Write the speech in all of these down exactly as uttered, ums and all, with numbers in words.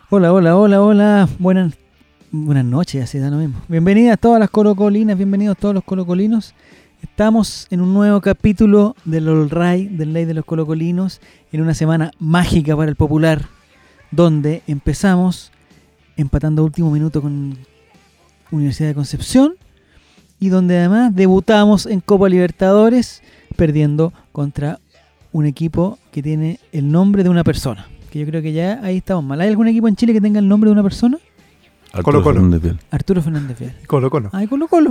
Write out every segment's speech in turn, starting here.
Hola, hola, hola, hola. Buenas, buenas noches, así da lo mismo. Bienvenidas todas las colocolinas, bienvenidos todos los colocolinos. Estamos en un nuevo capítulo del All Right, del Ley de los Colocolinos, en una semana mágica para el popular, donde empezamos empatando a último minuto con Universidad de Concepción y donde además debutamos en Copa Libertadores perdiendo contra un equipo que tiene el nombre de una persona. Que yo creo que ya ahí estamos mal. ¿Hay algún equipo en Chile que tenga el nombre de una persona? Arturo Colo-Colo. Fernández Vial. Arturo Fernández Vial. Colo Colo. Ay, Colo Colo.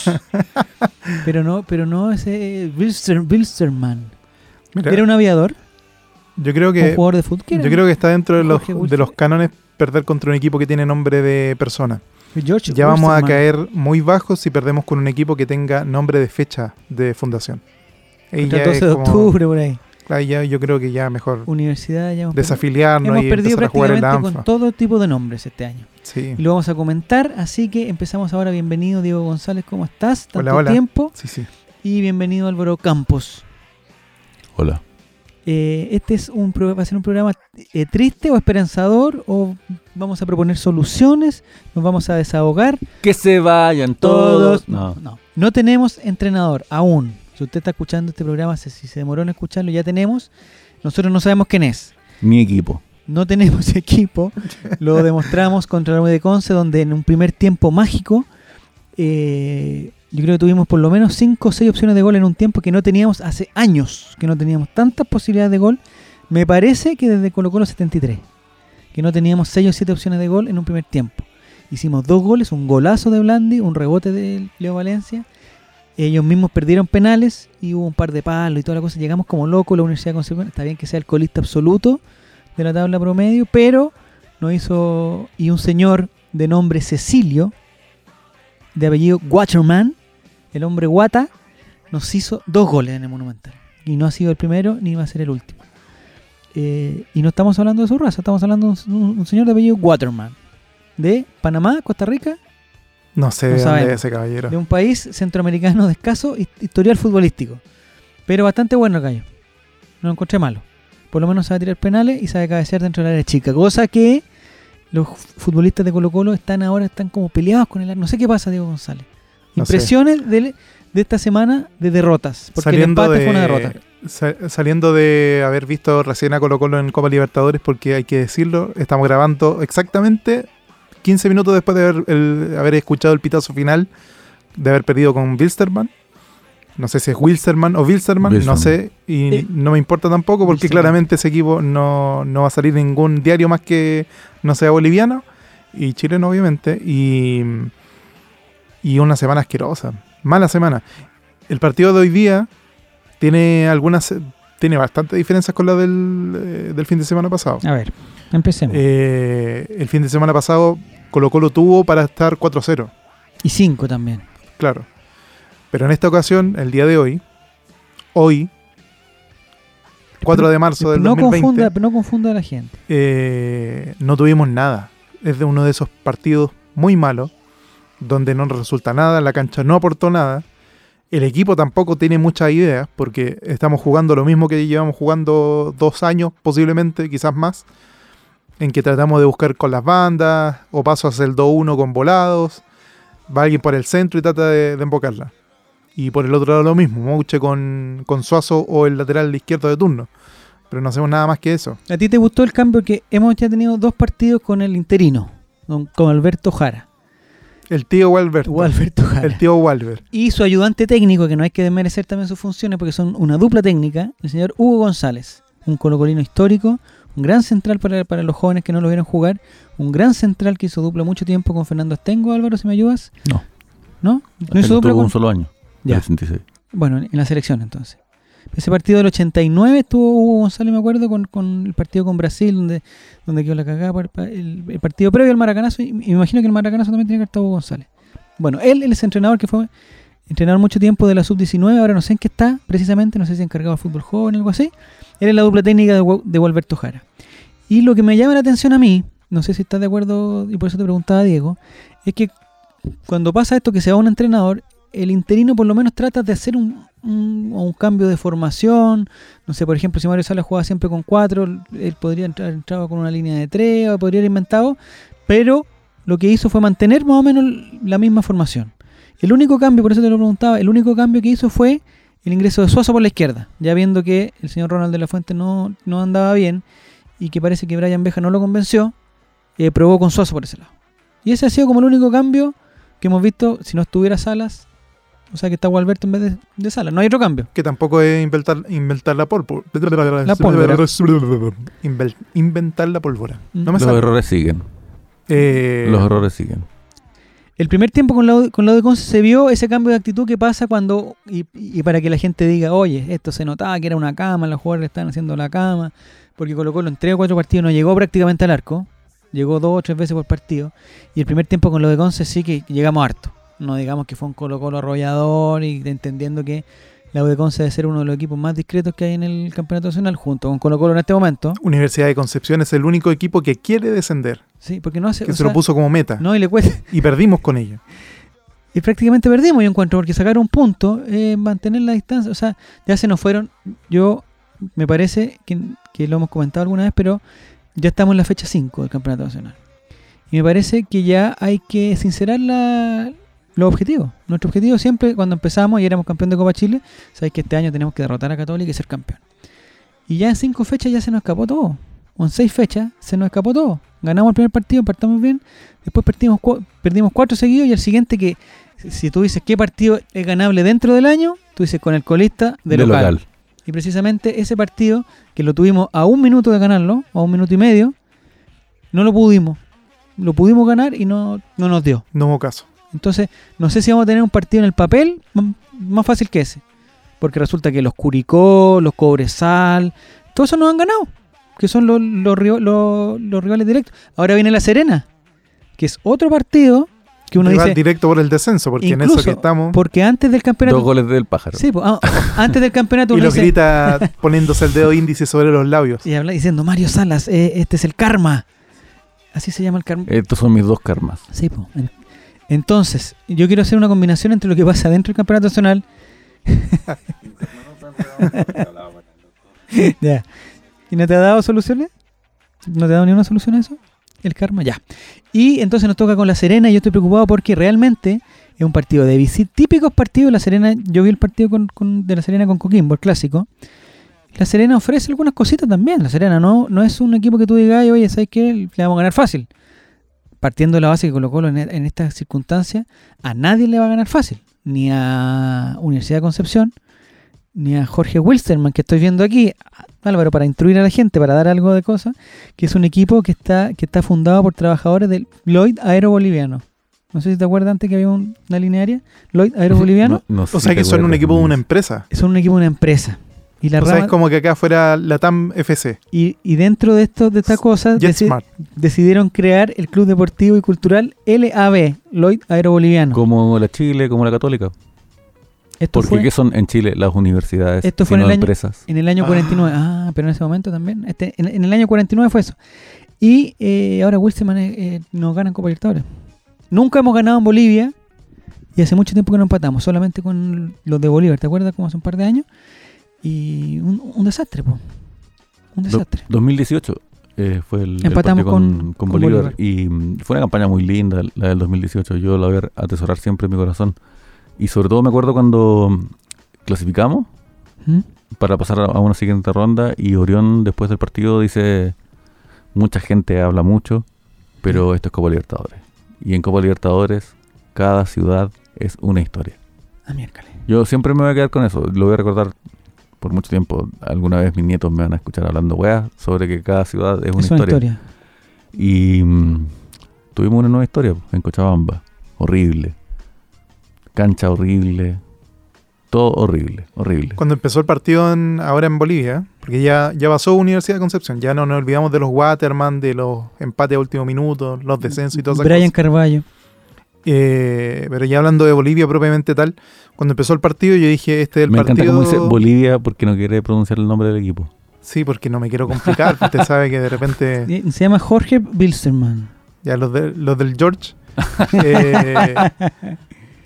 pero no, pero no ese Wilster, Wilstermann. Mira, ¿era un aviador? Yo creo que un jugador de fútbol. Yo creo que está dentro de los, de los cánones perder contra un equipo que tiene nombre de persona. George ya vamos Wilstermann. a caer muy bajos si perdemos con un equipo que tenga nombre de fecha de fundación. El doce de octubre por ahí. Ahí ya, yo creo que ya mejor Universidad ya hemos desafiliarnos hemos y perdido empezar a jugar en la prácticamente ANFA. Con todo tipo de nombres este año. Sí. Y lo vamos a comentar, así que empezamos ahora. Bienvenido Diego González, ¿cómo estás? Tanto hola, hola. tiempo. Sí, sí. Y bienvenido Álvaro Campos. Hola. Eh, este es un pro- va a ser un programa eh, triste o esperanzador, o vamos a proponer soluciones, nos vamos a desahogar. Que se vayan todos. No, no, no tenemos entrenador aún. Si usted está escuchando este programa, si se demoró en escucharlo, ya tenemos. Nosotros no sabemos quién es. Mi equipo. No tenemos equipo. Lo demostramos contra la U de Conce, donde en un primer tiempo mágico, eh, yo creo que tuvimos por lo menos cinco o seis opciones de gol en un tiempo que no teníamos hace años, que no teníamos tantas posibilidades de gol. Me parece que desde Colo Colo setenta y tres, que no teníamos seis o siete opciones de gol en un primer tiempo. Hicimos dos goles, un golazo de Blandi, un rebote de Leo Valencia. Ellos mismos perdieron penales y hubo un par de palos y toda la cosa. Llegamos como locos a la Universidad de Concepción. Está bien que sea el colista absoluto de la tabla promedio, pero nos hizo... Y un señor de nombre Cecilio, de apellido Waterman, el hombre Guata, nos hizo dos goles en el Monumental. Y no ha sido el primero ni va a ser el último. Eh, y no estamos hablando de su raza, estamos hablando de un, un señor de apellido Waterman, de Panamá, Costa Rica. No sé no de sabemos. dónde es ese caballero. De un país centroamericano de escaso historial futbolístico. Pero bastante bueno el gallo. No lo encontré malo. Por lo menos sabe tirar penales y sabe cabecear dentro del área chica. Cosa que los futbolistas de Colo Colo están ahora están como peleados con el área. No sé qué pasa, Diego González. No Impresiones de, de esta semana de derrotas. Porque saliendo el empate de, fue una derrota. Sa- saliendo de haber visto recién a Colo Colo en Copa Libertadores, porque hay que decirlo, estamos grabando exactamente quince minutos después de haber, el, haber escuchado el pitazo final, de haber perdido con Wilstermann. No sé si es Wilstermann o Wilstermann, Wilstermann. no sé, y Eh, no me importa tampoco, porque Wilstermann. claramente ese equipo no, no va a salir en ningún diario más que no sea boliviano, y chileno obviamente, y, y una semana asquerosa, mala semana. El partido de hoy día tiene algunas, tiene bastantes diferencias con la del, eh, del fin de semana pasado. A ver, empecemos. Eh, el fin de semana pasado Colo Colo tuvo para estar cuatro cero, Y cinco también. claro. Pero en esta ocasión, el día de hoy, hoy, cuatro de marzo del no dos mil veinte, confunda, no confunda a la gente. eh, no tuvimos nada. Es de uno de esos partidos muy malos, donde no resulta nada, la cancha no aportó nada. El equipo tampoco tiene muchas ideas, porque estamos jugando lo mismo que llevamos jugando dos años, posiblemente, quizás más, en que tratamos de buscar con las bandas, o paso hacia el dos uno con volados, va alguien por el centro y trata de, de embocarla. Y por el otro lado lo mismo, Mouche con, con Suazo o el lateral izquierdo de turno. Pero no hacemos nada más que eso. ¿A ti te gustó el cambio? Que hemos ya tenido dos partidos con el interino, con, con Alberto Jara. El tío Walbert. O Alberto Jara. El tío Walbert. Y su ayudante técnico, que no hay que desmerecer también sus funciones, porque son una dupla técnica, el señor Hugo González, un colocolino histórico, un gran central para, para los jóvenes que no lo vieron jugar, un gran central que hizo dupla mucho tiempo con Fernando Astengo. Álvaro, si me ayudas. No. ¿No? ¿No hizo Tuvo dupla con... un solo año. Ya. sesenta y seis. Bueno, en la selección entonces. Ese partido del ochenta y nueve estuvo Hugo González, me acuerdo, con, con el partido con Brasil, donde, donde quedó la cagada, el, el partido previo al Maracanazo, y, y me imagino que el Maracanazo también tiene que estar Hugo González. Bueno, él, él es entrenador que fue entrenador mucho tiempo de la sub diecinueve, ahora no sé en qué está precisamente, no sé si encargado de fútbol joven o algo así. Él es la dupla técnica de, de Walberto Jara. Y lo que me llama la atención a mí, no sé si estás de acuerdo, y por eso te preguntaba Diego, es que cuando pasa esto que se va un entrenador, el interino por lo menos trata de hacer un, un, un cambio de formación. No sé, por ejemplo, si Mario Salas jugaba siempre con cuatro, él podría entrar entraba con una línea de tres, o podría haber inventado, pero lo que hizo fue mantener más o menos la misma formación. El único cambio, por eso te lo preguntaba, el único cambio que hizo fue el ingreso de Suazo por la izquierda, ya viendo que el señor Ronald de la Fuente no, no andaba bien y que parece que Brian Beja no lo convenció, eh, probó con Suazo por ese lado. Y ese ha sido como el único cambio que hemos visto si no estuviera Salas, o sea que está Gualberto en vez de, de Salas, no hay otro cambio. Que tampoco es inventar, inventar la pólvora. La pólvora. Invel- inventar la pólvora. No me Los sale. errores siguen. Eh, Los errores siguen. El primer tiempo con la, U- con la U de Conce se vio ese cambio de actitud que pasa cuando, y, y para que la gente diga, oye, esto se notaba que era una cama, los jugadores estaban haciendo la cama, porque Colo Colo en tres o cuatro partidos no llegó prácticamente al arco, llegó dos o tres veces por partido, y el primer tiempo con lo de Conce sí que llegamos harto, no digamos que fue un Colo Colo arrollador, y entendiendo que la U de Conce debe ser uno de los equipos más discretos que hay en el campeonato nacional, junto con Colo Colo en este momento. Universidad de Concepción es el único equipo que quiere descender, Sí, porque no hace... que o se sea, lo puso como meta, no, y le cuesta... y perdimos con ello. Y prácticamente perdimos, yo encuentro, porque sacar un punto, eh, mantener la distancia, o sea, ya se nos fueron, yo me parece que, que lo hemos comentado alguna vez, pero ya estamos en la fecha cinco del Campeonato Nacional. Y me parece que ya hay que sincerar la, los objetivos. Nuestro objetivo siempre, cuando empezamos y éramos campeón de Copa Chile, sabéis que este año tenemos que derrotar a Católica y ser campeón. Y ya en cinco fechas ya se nos escapó todo. O en seis fechas se nos escapó todo. Ganamos el primer partido, partamos bien, después perdimos, cu- perdimos cuatro seguidos y el siguiente que, si tú dices qué partido es ganable dentro del año, tú dices con el colista de, De local. local. Y precisamente ese partido, que lo tuvimos a un minuto de ganarlo, a un minuto y medio, no lo pudimos. Lo pudimos ganar y no, no nos dio. No hubo caso. Entonces, no sé si vamos a tener un partido en el papel m- más fácil que ese. Porque resulta que los Curicó, los Cobresal, todos esos nos han ganado. Que son los, los, ri- los, los rivales directos. Ahora viene La Serena, que es otro partido que uno Rival dice... directo por el descenso, porque en incluso eso que estamos. Porque antes del campeonato... Dos goles del pájaro. Sí, pues, ah, antes del campeonato Y uno lo dice... grita poniéndose el dedo índice sobre los labios. Y habla diciendo, Mario Salas, eh, este es el karma. Así se llama el karma. Estos son mis dos karmas. Sí, po. En- Entonces, yo quiero hacer una combinación entre lo que pasa dentro del campeonato nacional. Ya. ¿Y no te ha dado soluciones? ¿No te ha dado ni una solución a eso? El karma, ya. Y entonces nos toca con La Serena y yo estoy preocupado porque realmente es un partido de visita. Típicos partidos de La Serena. Yo vi el partido con, con- de La Serena con Coquimbo, el clásico. La Serena ofrece algunas cositas también. La Serena no, no es un equipo que tú digas, oye, ¿sabes qué? Le vamos a ganar fácil. Partiendo de la base que Colo Colo en, en estas circunstancias, a nadie le va a ganar fácil. Ni a Universidad de Concepción, ni a Jorge Wilstermann, que estoy viendo aquí, Álvaro, para instruir a la gente, para dar algo de cosas, que es un equipo que está, que está fundado por trabajadores del Lloyd Aero Boliviano. No sé si te acuerdas antes que había un- una línea aérea, Lloyd Aero Boliviano. No- no sé O sea si que te son un acuerdas, equipo de una Luis. empresa. Son un equipo de una empresa. Y la O sea, rama- es como que acá fuera la T A M F C. y, y dentro de esto, de estas cosas, deci- JetSmart. decidieron crear el Club Deportivo y Cultural L A B, Lloyd Aero Boliviano. Como la Chile, como la Católica. Esto Porque fue ¿qué son en Chile las universidades, Esto fue en sino el año- empresas? en el año Ah. cuarenta y nueve. Ah, pero en ese momento también. Este, en, en el año cuarenta y nueve fue eso. Y eh, ahora Wilstermann eh, eh, nos gana en Copa Libertadores. Nunca hemos ganado en Bolivia y hace mucho tiempo que no empatamos, solamente con los de Bolívar. ¿Te acuerdas? Como hace un par de años. Y un, un desastre, po. Un Do- desastre. dos mil dieciocho eh, fue el, el Empatamos partido con- con, con con Bolívar, Bolívar. y mm, fue una campaña muy linda la del dos mil dieciocho. Yo la voy a atesorar siempre en mi corazón. Y sobre todo me acuerdo cuando mm, clasificamos ¿Mm? para pasar a a una siguiente ronda y Orión después del partido dice, mucha gente habla mucho, pero esto es Copa Libertadores. Y en Copa Libertadores cada ciudad es una historia. Ah, miércoles. Yo siempre me voy a quedar con eso, lo voy a recordar por mucho tiempo. Alguna vez mis nietos me van a escuchar hablando weas sobre que cada ciudad es una Es una historia. historia. Y mm, tuvimos una nueva historia en Cochabamba, horrible. Cancha horrible. Todo horrible, horrible. Cuando empezó el partido en- ahora en Bolivia, porque ya, ya pasó Universidad de Concepción, ya no nos olvidamos de los Waterman, de los empates a último minuto, los descensos y todas esas Brian cosas. Carballo. Eh, pero ya hablando de Bolivia propiamente tal, cuando empezó el partido yo dije, este es el Me encanta partido... cómo dice Bolivia porque no quiere pronunciar el nombre del equipo. Sí, porque no me quiero complicar, usted sabe que de repente Eh, Se llama Jorge Wilstermann. ya los, de- los del George... eh,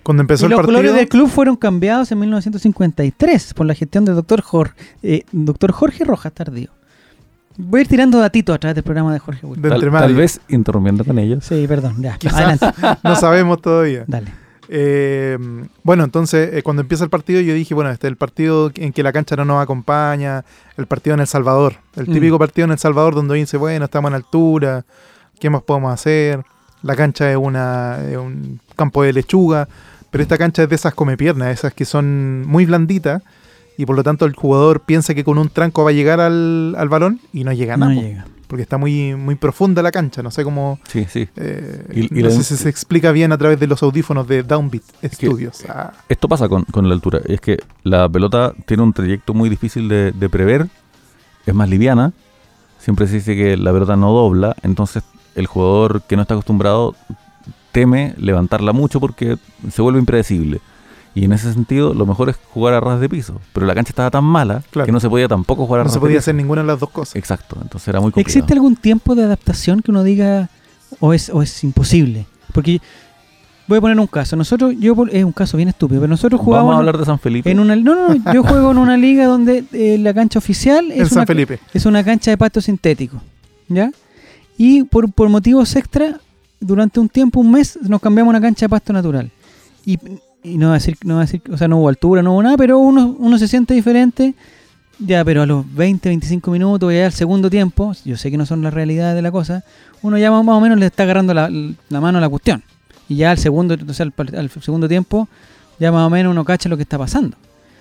Cuando empezó Y el los partido... colores del club fueron cambiados en mil novecientos cincuenta y tres por la gestión del doctor Jorge, eh, doctor Jorge Rojas Tardío. Voy a ir tirando datitos a través del programa de Jorge Wilson. De Tal, entre tal medio. vez interrumpiendo con ellos. Sí, perdón, ya. Quizás Adelante. no sabemos todavía. Dale. Eh, bueno, entonces eh, cuando empieza el partido yo dije, bueno, este es el partido en que la cancha no nos acompaña, el partido en El Salvador, el Mm. típico partido en El Salvador donde uno dice, bueno, estamos en altura, ¿qué más podemos hacer? La cancha es, una, es un campo de lechuga, pero esta cancha es de esas comepiernas, esas que son muy blanditas y por lo tanto el jugador piensa que con un tranco va a llegar al, al balón y no llega No nada, po, llega. porque está muy, muy profunda la cancha, no sé cómo... Sí, sí. Eh, Y- y no la- sé si se explica bien a través de los audífonos de Downbeat que- Studios. Ah, Esto pasa con, con la altura. Es que la pelota tiene un trayecto muy difícil de, de prever. Es más liviana. Siempre se dice que la pelota no dobla. Entonces el jugador que no está acostumbrado teme levantarla mucho porque se vuelve impredecible. Y en ese sentido, lo mejor es jugar a ras de piso. Pero la cancha estaba tan mala Claro. que no se podía tampoco jugar a no ras se de podía piso. hacer ninguna de las dos cosas. Exacto. Entonces era muy complicado. ¿Existe algún tiempo de adaptación que uno diga o es, o es imposible? Porque voy a poner un caso. Nosotros, yo por- es un caso bien estúpido, pero nosotros Vamos a jugamos hablar de San Felipe. en una... No, no, no, yo juego en una liga donde eh, la cancha oficial En es San una, Felipe. es una cancha de pasto sintético, ¿ya? Y por, por motivos extra, durante un tiempo, un mes, nos cambiamos a una cancha de pasto natural. Y, y no va a decir, no va a decir, o sea, no hubo altura, no hubo nada, pero uno, uno se siente diferente. Ya, pero a los veinte, veinticinco minutos, ya al segundo tiempo, yo sé que no son las realidades de la cosa, uno ya más, más o menos le está agarrando la, la mano a la cuestión. Y ya al segundo, o sea, al, par- al segundo tiempo, ya más o menos uno cacha lo que está pasando.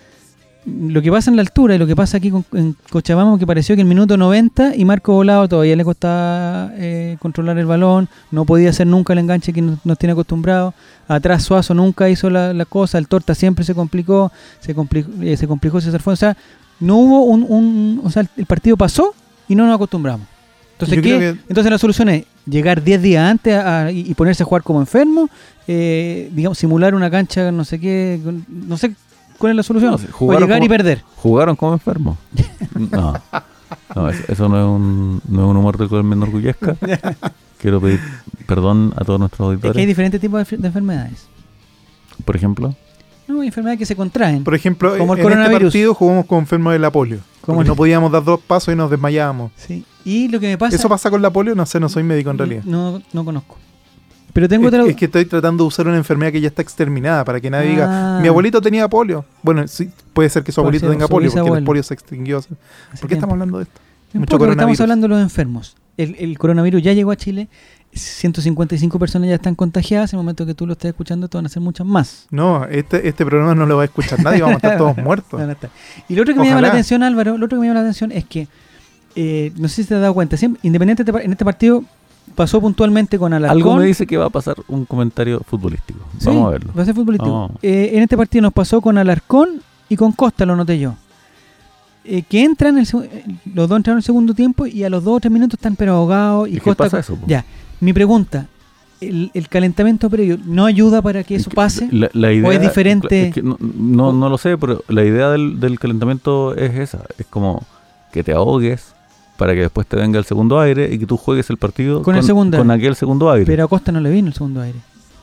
Lo que pasa en la altura y lo que pasa aquí con, en Cochabamba, que pareció que en el minuto noventa y Marco Volado todavía le costaba eh, controlar el balón, no podía hacer nunca el enganche que nos, nos tiene acostumbrados. Atrás Suazo nunca hizo la, la cosa, el Torta siempre se complicó, se complicó, eh, se complicó César Fuentes. O sea, no hubo un, un. O sea, el, el partido pasó y no nos acostumbramos. Entonces, Yo ¿qué? creo que- Entonces la solución es llegar diez días antes a- a- y, y ponerse a jugar como enfermo, eh, digamos, simular una cancha, no sé qué, con- no sé cuál es la solución. No sé, o jugaron llegar como- y perder. ¿Jugaron como enfermos? No, no eso, eso no, es un, no es un humor del cual me enorgullezca. Quiero pedir perdón a todos nuestros Es que hay auditores. diferentes tipos de, enfer- de enfermedades. Por ejemplo, No, hay enfermedades que se contraen. Por ejemplo, Como el en este coronavirus. partido jugamos con enfermos de la polio. Como Porque el- no podíamos dar dos pasos y nos desmayábamos. Sí. Y lo que me pasa... ¿Eso pasa con la polio? No sé, no soy médico en realidad. No, no conozco. Pero tengo Es, otra... es que estoy tratando de usar una enfermedad que ya está exterminada para que nadie Ah. diga, mi abuelito tenía polio. Bueno, sí, puede ser que su Puede abuelito ser, tenga su polio porque bisabuelo. el polio se extinguió. hace ¿Por qué tiempo. estamos hablando de esto? No Mucho importa, porque estamos coronavirus. hablando de los enfermos. El, el coronavirus ya llegó a Chile. ciento cincuenta y cinco personas ya están contagiadas. En el momento que tú lo estés escuchando, te van a ser muchas más. No, este, este programa no lo va a escuchar nadie, vamos a estar todos muertos. Van a estar. Y lo otro que me llama Ojalá. la atención, Álvaro, lo otro que me llama la atención es que, eh, no sé si te has dado cuenta, siempre, Independiente en este partido pasó puntualmente con Alarcón. algo me dice que va a pasar un comentario futbolístico. Sí, Vamos a verlo. Va a ser futbolístico. Vamos. Eh, en este partido nos pasó con Alarcón y con Costa, lo noté yo. Eh, que entran, el, seg- eh, los dos entraron en el segundo tiempo y a los dos o tres minutos están pero ahogados. Y ¿Y qué Costa. pasa eso, po? Ya, mi pregunta: ¿el, el calentamiento previo no ayuda para que eso Es que pase? La, la idea, ¿O es diferente? es que no, no, no lo sé, pero la idea del, del calentamiento es esa. Es como que te ahogues para que después te venga el segundo aire y que tú juegues el partido Con el segundo con aire. aquel segundo aire. Pero a Costa no le vino el segundo aire.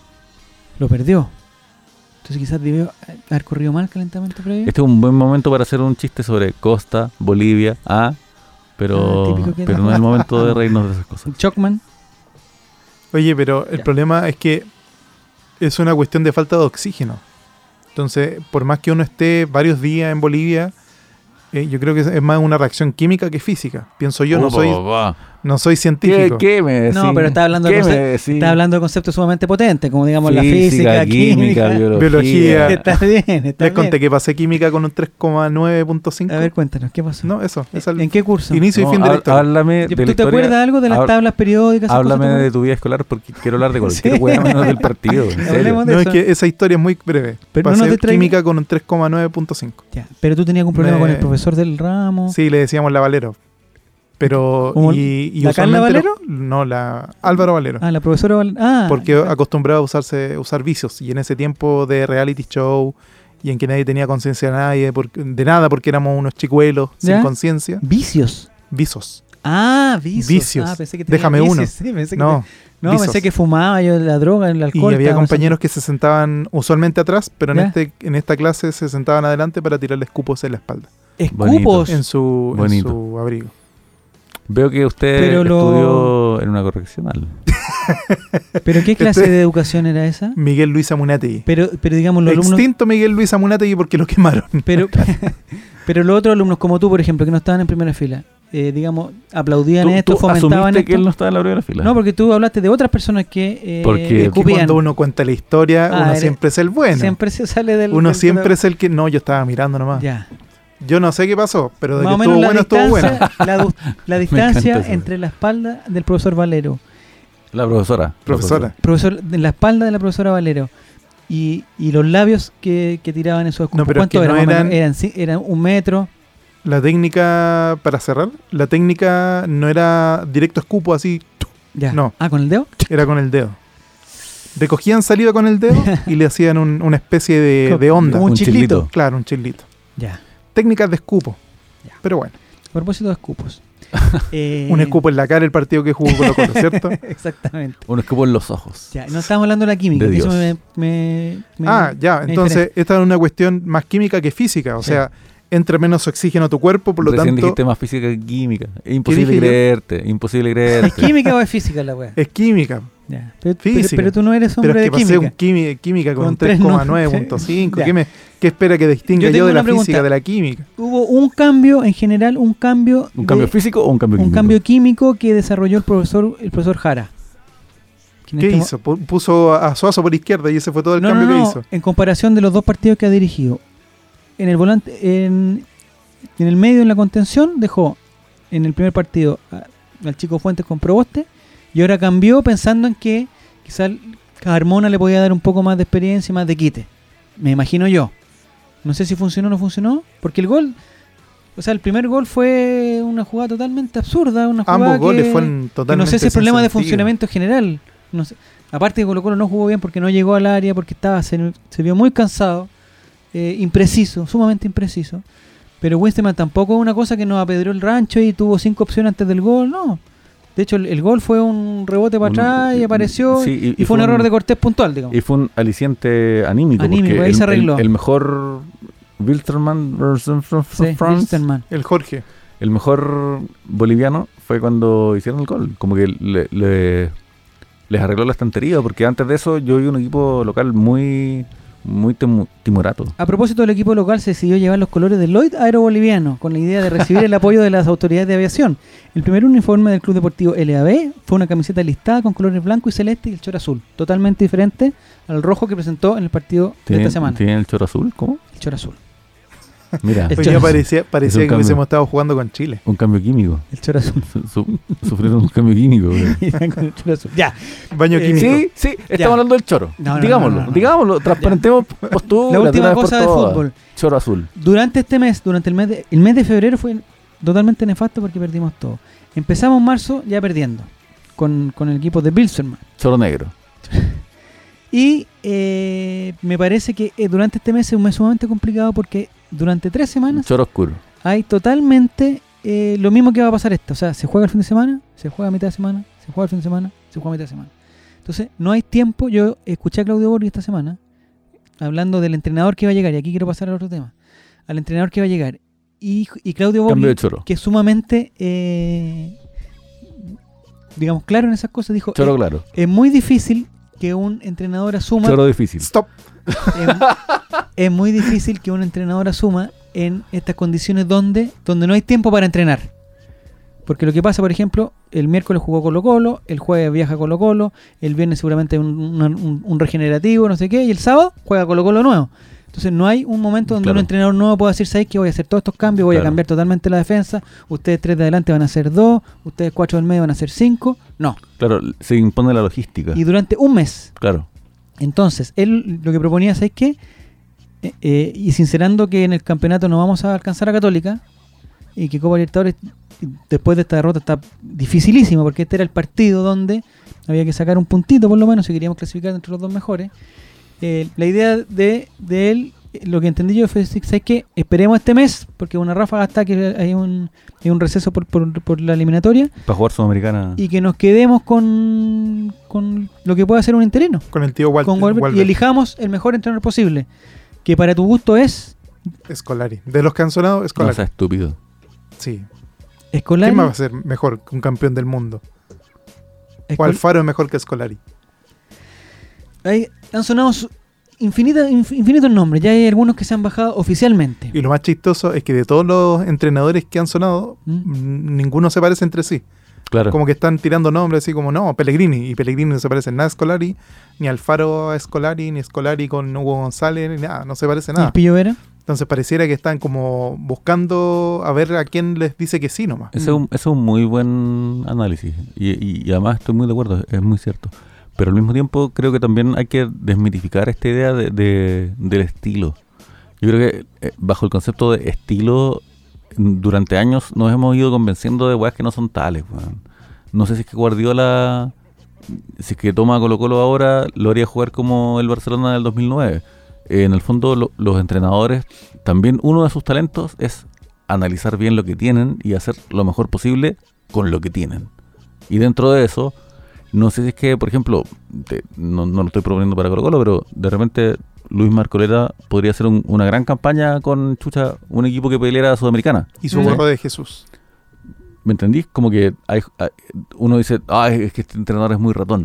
Lo perdió. Entonces quizás debió haber corrido mal el calentamiento previo. Este es un buen momento para hacer un chiste sobre Costa, Bolivia, ah, pero, Ah, típico que pero da. no es el momento de reírnos de esas cosas. Chocman. Oye, pero el Ya. problema es que es una cuestión de falta de oxígeno. Entonces, por más que uno esté varios días en Bolivia, eh, yo creo que es- es más una reacción química que física. Pienso yo, no Upa, soy, papá. no soy ¿Qué, científico. qué me decís? No, pero está hablando de ¿Qué me conce- decís? Está hablando de conceptos sumamente potentes, como digamos la física, química, química. biología. biología. Está bien, está Les conté bien. que pasé química con un tres coma nueve punto cinco. A ver, cuéntanos, ¿qué pasó? No, eso. ¿En, es el en qué curso? inicio y No, fin de la há- historia. Háblame de ¿Tú la te historia. acuerdas algo de las Hab- tablas periódicas? esas Háblame cosas? de tu vida escolar porque quiero hablar de cualquier Sí. hueá menos del partido. En serio. Hablemos de No, es eso. que esa historia es muy breve. Pero no Pasé nos distraiga- química con un tres coma nueve punto cinco. Ya, pero tú tenías algún problema Me- con el profesor del ramo. Sí, le decíamos la Valero. Pero. ¿Cómo? Y, y ¿La Carla usualmente Valero? los- No, la Álvaro Valero. Ah, la profesora. Val- Ah, Porque acostumbraba a usarse, usar vicios. Y en ese tiempo de reality show y en que nadie tenía conciencia de nadie, porque- de nada, porque éramos unos chicuelos ¿Ya? sin conciencia. vicios. Visos. Ah, vicios. Vicios. Ah, pensé que tenía Déjame vicios. uno. Sí, pensé que No, te- no vicios. pensé que fumaba yo la droga, el Y alcohol. había estaba compañeros que se sentaban usualmente atrás, pero en ¿Ya? este en esta clase se sentaban adelante para tirarle escupos en la espalda, Escupos. en su, en Bonito. su abrigo. Veo que usted Pero lo- estudió en una correccional. ¿Pero qué clase Este- de educación era esa? Alumnos Luis Amunategui. Pero, pero digamos, los alumnos. Extinto Miguel Luis Amunategui porque lo quemaron. Pero, pero los otros alumnos, como tú, por ejemplo, que no estaban en primera fila, eh, digamos, aplaudían ¿Tú, esto, tú fomentaban asumiste esto. que él no estaba en la primera fila? No, porque tú hablaste de otras personas que eh, Porque- Que escupían. cuando uno cuenta la historia, Ah, uno eres- siempre es el bueno. Siempre se sale del. uno del- siempre es el que... No, yo estaba mirando nomás. Ya. Yo no sé qué pasó, pero de Más que o menos estuvo la bueno, estuvo bueno. distancia, la, du- la distancia encanta eso. entre la espalda del profesor Valero, La profesora. la Profesora. profesor, de la espalda de la profesora Valero y, y los labios que, que tiraban en sus escupos. No, pero es ¿Cuánto que eran? no Más o menos? eran- eran, sí, eran un metro. La técnica, para cerrar, la técnica no era directo escupo así, Ya. No. Ah, ¿con el dedo? era con el dedo. Recogían saliva con el dedo y le hacían un- una especie de, de onda. Como un Un chiclito. chilito. Claro, un chilito. Ya. Técnicas de escupo. Ya. Pero bueno, A propósito de escupos. Eh, un escupo en la cara el partido que jugó Colo Colo, ¿cierto? Exactamente. Un escupo en los ojos. Ya, no estamos hablando de la química. De que eso Dios. me, me- me- Ah, ya, me entonces esta es una cuestión más química que física. O Sí. sea, entra menos oxígeno a tu cuerpo, por lo Recién tanto, dijiste más física que química. Es imposible dije yo? creerte. Imposible ¿Es creerte. química o es física la wea? es química. Ya. Pero, Física. pero- pero tú no eres Pero hombre es que de pasé un química. quimi- química con, Con un tres tres coma nueve punto cinco. Ya. ¿Qué, me- qué espera que distinga Yo yo, tengo de la una pregunta. física de la química? Hubo un cambio, en general, un cambio. ¿Un cambio de- físico o un cambio un químico? cambio químico que desarrolló el profesor, el profesor Jara. Que en ¿Qué este mo- hizo? Pu- Puso a Suazo por izquierda y ese fue todo el No, cambio no, no, que hizo. en comparación de los dos partidos que ha dirigido. En el volante, en, en el medio, en la contención, dejó en el primer partido a- al chico Fuentes con Proboste y ahora cambió pensando en que quizás Carmona le podía dar un poco más de experiencia y más de quite. Me imagino yo. No sé si funcionó o no funcionó, porque el gol, o sea, el primer gol fue una jugada totalmente absurda, una jugada Ambos goles que- fueron que totalmente no sé si es sin problema de sentido. funcionamiento general. No sé. Aparte que Colo Colo no jugó bien porque no llegó al área, porque estaba se, se vio muy cansado, eh, impreciso, sumamente impreciso. Pero Winston tampoco es una cosa que nos apedreó el rancho y tuvo cinco opciones antes del gol, no. De hecho, el, el gol fue un rebote para Un- atrás y apareció sí, y, fue un error de Cortés puntual, digamos. Y fue un aliciente anímico. Anímico, porque ahí el, se arregló. El, el mejor Wilstermann Sí, France, Wilstermann. El Jorge. el mejor boliviano fue cuando hicieron el gol. Como que le, le- les arregló la estantería, porque antes de eso yo vi un equipo local muy muy temu- timorato. A propósito del equipo local, se decidió llevar los colores del Lloyd Aero Boliviano con la idea de recibir el apoyo de las autoridades de aviación. El primer uniforme del Club Deportivo L A B fue una camiseta listada con colores blanco y celeste y el chor azul, totalmente diferente al rojo que presentó en el partido de ¿Tiene, esta semana. ¿Tiene el choro azul? ¿Cómo? El chor azul. Mira, El Hoy chor día azul. parecía, parecía un que cambio. hubiésemos estado jugando con Chile. un cambio químico. El chor azul. Su- su- sufrieron un cambio químico. güey. Con el chor azul. Ya. Baño Eh, químico. Sí, sí, estamos Ya. hablando del choro. No, no, digámoslo, no, no, no. digámoslo, transparentemos postura. La de última una vez por cosa de todas. fútbol. Choro azul. Durante este mes, durante el mes de, el mes de febrero fue totalmente nefasto porque perdimos todo. Empezamos marzo ya perdiendo con, con el equipo de Bilsterman. Choro negro. Y eh, me parece que eh, durante este mes es un mes sumamente complicado porque durante tres semanas Choro oscuro. hay totalmente eh, lo mismo que va a pasar esta. O sea, se juega el fin de semana, se juega a mitad de semana, se juega el fin de semana, se juega a mitad de semana. Entonces, no hay tiempo. Yo escuché a Claudio Borghi esta semana hablando del entrenador que va a llegar, y aquí quiero pasar al otro tema. Al entrenador que va a llegar. Y, y Claudio Cambio de Borghi, choro. que es sumamente, eh, digamos, claro en esas cosas, dijo, Choro "Eh, claro. es muy difícil que un entrenador asuma Choro difícil. Stop. es, es muy difícil que un entrenador asuma en estas condiciones donde, donde no hay tiempo para entrenar. Porque lo que pasa, por ejemplo, el miércoles jugó Colo Colo, el jueves viaja Colo Colo, el viernes seguramente un, un, un- un regenerativo, no sé qué, y el sábado juega Colo Colo nuevo. Entonces no hay un momento donde Claro. un entrenador nuevo pueda decir, ¿sabes qué? Voy a hacer todos estos cambios, voy Claro. a cambiar totalmente la defensa, ustedes tres de adelante van a ser dos, ustedes cuatro del medio van a ser cinco. No. Claro, se impone la logística. Y durante un mes. Claro. Entonces, él lo que proponía, ¿sabes qué? Eh, eh, y sincerando que en el campeonato no vamos a alcanzar a Católica y que Copa Libertadores después de esta derrota está dificilísima porque este era el partido donde había que sacar un puntito por lo menos si queríamos clasificar entre los dos mejores. Eh, la idea de, de él lo que entendí yo fue, ¿sabes qué? Esperemos este mes, porque una ráfaga hasta que hay un, hay un receso por, por, por la eliminatoria. Para jugar Sudamericana. Y que nos quedemos con, con lo que pueda hacer un interino. Con el tío Walter. Con Walter, Walter. Y elijamos el mejor entrenador posible. Que para tu gusto es... Scolari. De los que han sonado, No Scolari. sea estúpido. Sí. Scolari. ¿Quién más va a ser mejor que un campeón del mundo? O Scol- Alfaro es mejor que Scolari. Hay, han sonado su- infinitos, inf- infinitos nombres. Ya hay algunos que se han bajado oficialmente. Y lo más chistoso es que de todos los entrenadores que han sonado, ¿Mm? mm, ninguno se parece entre sí. Claro. Como que están tirando nombres así como, no, Pellegrini. Y Pellegrini no se parece en nada a Scolari, ni Alfaro a Scolari, ni Scolari con Hugo González, ni nada, no se parece ¿Y nada. el Pillo Vera? Entonces pareciera que están como buscando a ver a quién les dice que sí nomás. Ese es un, ese es un muy buen análisis. Y, y, y además estoy muy de acuerdo, es muy cierto. Pero al mismo tiempo creo que también hay que desmitificar esta idea de, de- del estilo. Yo creo que eh, bajo el concepto de estilo, n- durante años nos hemos ido convenciendo de weas que no son tales, weón. No sé si es que Guardiola, si es que toma a Colo Colo ahora, lo haría jugar como el Barcelona del dos mil nueve. Eh, en el fondo lo- los entrenadores, también uno de sus talentos es analizar bien lo que tienen y hacer lo mejor posible con lo que tienen. Y dentro de eso, no sé si es que, por ejemplo, te- no, no lo estoy proponiendo para Colo Colo, pero de repente Luis Marcoleta podría hacer un- una gran campaña con Chucha, un equipo que peleara a Sudamericana. Y su Mm. gorro de Jesús. ¿Me entendís? Como que hay, hay- uno dice, ah, es que este entrenador es muy ratón.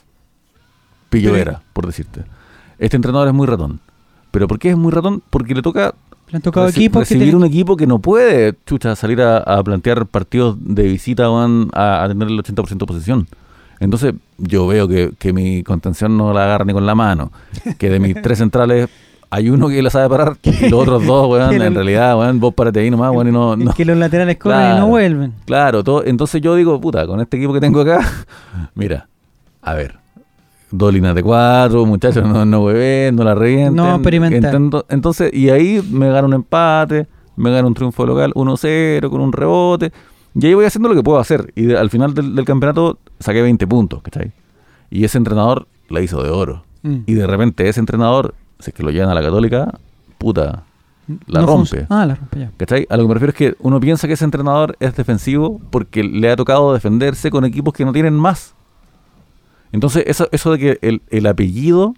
Pillo Pero- era, por decirte. Este entrenador es muy ratón. ¿Pero por qué es muy ratón? Porque le toca Le han tocado reci- equipos que recibir tienen- un equipo que no puede, chucha, salir a, a plantear partidos de visita, van a, a tener el ochenta por ciento de posesión. Entonces, yo veo que, que mi contención no la agarra ni con la mano. Que de mis tres centrales hay uno que la sabe parar y los otros dos, weón, Que en el- realidad, weón, vos párate ahí nomás, weón, y no... es no. que los laterales corren y Claro. no vuelven. Claro, todo, entonces yo digo, puta, con este equipo que tengo acá, mira, a ver, dos líneas de cuatro, muchachos, no, no hueven, no la revienten. No experimentar. Entendo- entonces, y ahí me gano un empate, me gano un triunfo local uno cero con un rebote, y ahí voy haciendo lo que puedo hacer. Y de- al final del, del campeonato saqué veinte puntos, ¿cachai? Y ese entrenador la hizo de oro. Mm. Y de repente ese entrenador, si es que lo llevan a la Católica, puta, la No rompe. funciona. Ah, la rompe ya. ¿Cachai? A lo que me refiero es que uno piensa que ese entrenador es defensivo porque le ha tocado defenderse con equipos que no tienen más. Entonces, eso, eso de que el, el apellido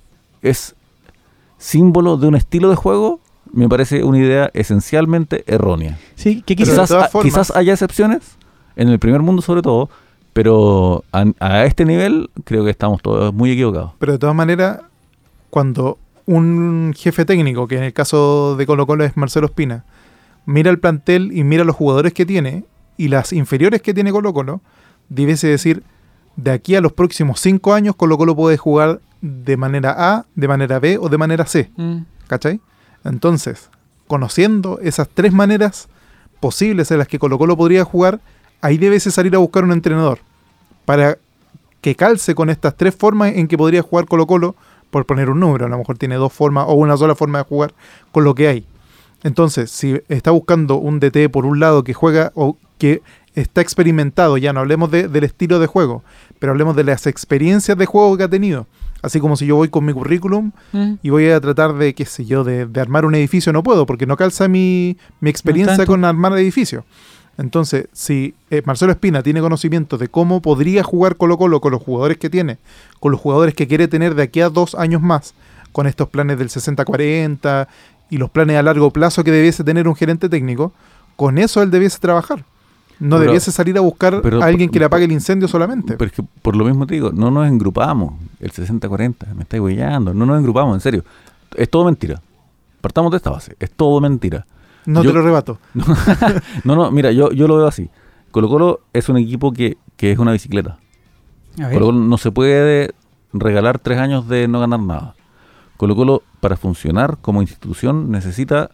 es símbolo de un estilo de juego, me parece una idea esencialmente errónea. Sí, que Pero quizás... Quizás, de todas a- formas- quizás haya excepciones, en el primer mundo sobre todo, pero a, a este nivel creo que estamos todos muy equivocados. Pero de todas maneras, cuando un jefe técnico, que en el caso de Colo Colo es Marcelo Espina, mira el plantel y mira los jugadores que tiene y las inferiores que tiene Colo Colo, debiese decir, de aquí a los próximos cinco años Colo Colo puede jugar de manera A, de manera B o de manera C. Mm. ¿Cachai? Entonces, conociendo esas tres maneras posibles en las que Colo Colo podría jugar, ahí debes salir a buscar un entrenador para que calce con estas tres formas en que podría jugar Colo Colo, por poner un número. A lo mejor tiene dos formas o una sola forma de jugar con lo que hay. Entonces, si está buscando un D T por un lado que juega o que está experimentado, ya no hablemos de- del estilo de juego, pero hablemos de las experiencias de juego que ha tenido. Así como si yo voy con mi currículum Mm. y voy a tratar de, qué sé yo, de, de armar un edificio, no puedo, porque no calza mi, mi experiencia tanto. con armar edificios. Entonces, si eh, Marcelo Espina tiene conocimiento de cómo podría jugar Colo Colo con los jugadores que tiene, con los jugadores que quiere tener de aquí a dos años más, con estos planes del sesenta cuarenta y los planes a largo plazo que debiese tener un gerente técnico, con eso él debiese trabajar. No Pero- debiese salir a buscar pero- a alguien que le apague el incendio solamente. Pero es que por lo mismo te digo, no nos engrupamos. El sesenta cuarenta, me estáis huellando. No nos engrupamos, en serio. Es todo mentira. Partamos de esta base. Es todo mentira. No yo- te lo rebato. No, no, mira, yo, yo lo veo así. Colo Colo es un equipo que, que es una bicicleta. A ver. Colo Colo no se puede regalar tres años de no ganar nada. Colo Colo, para funcionar como institución, necesita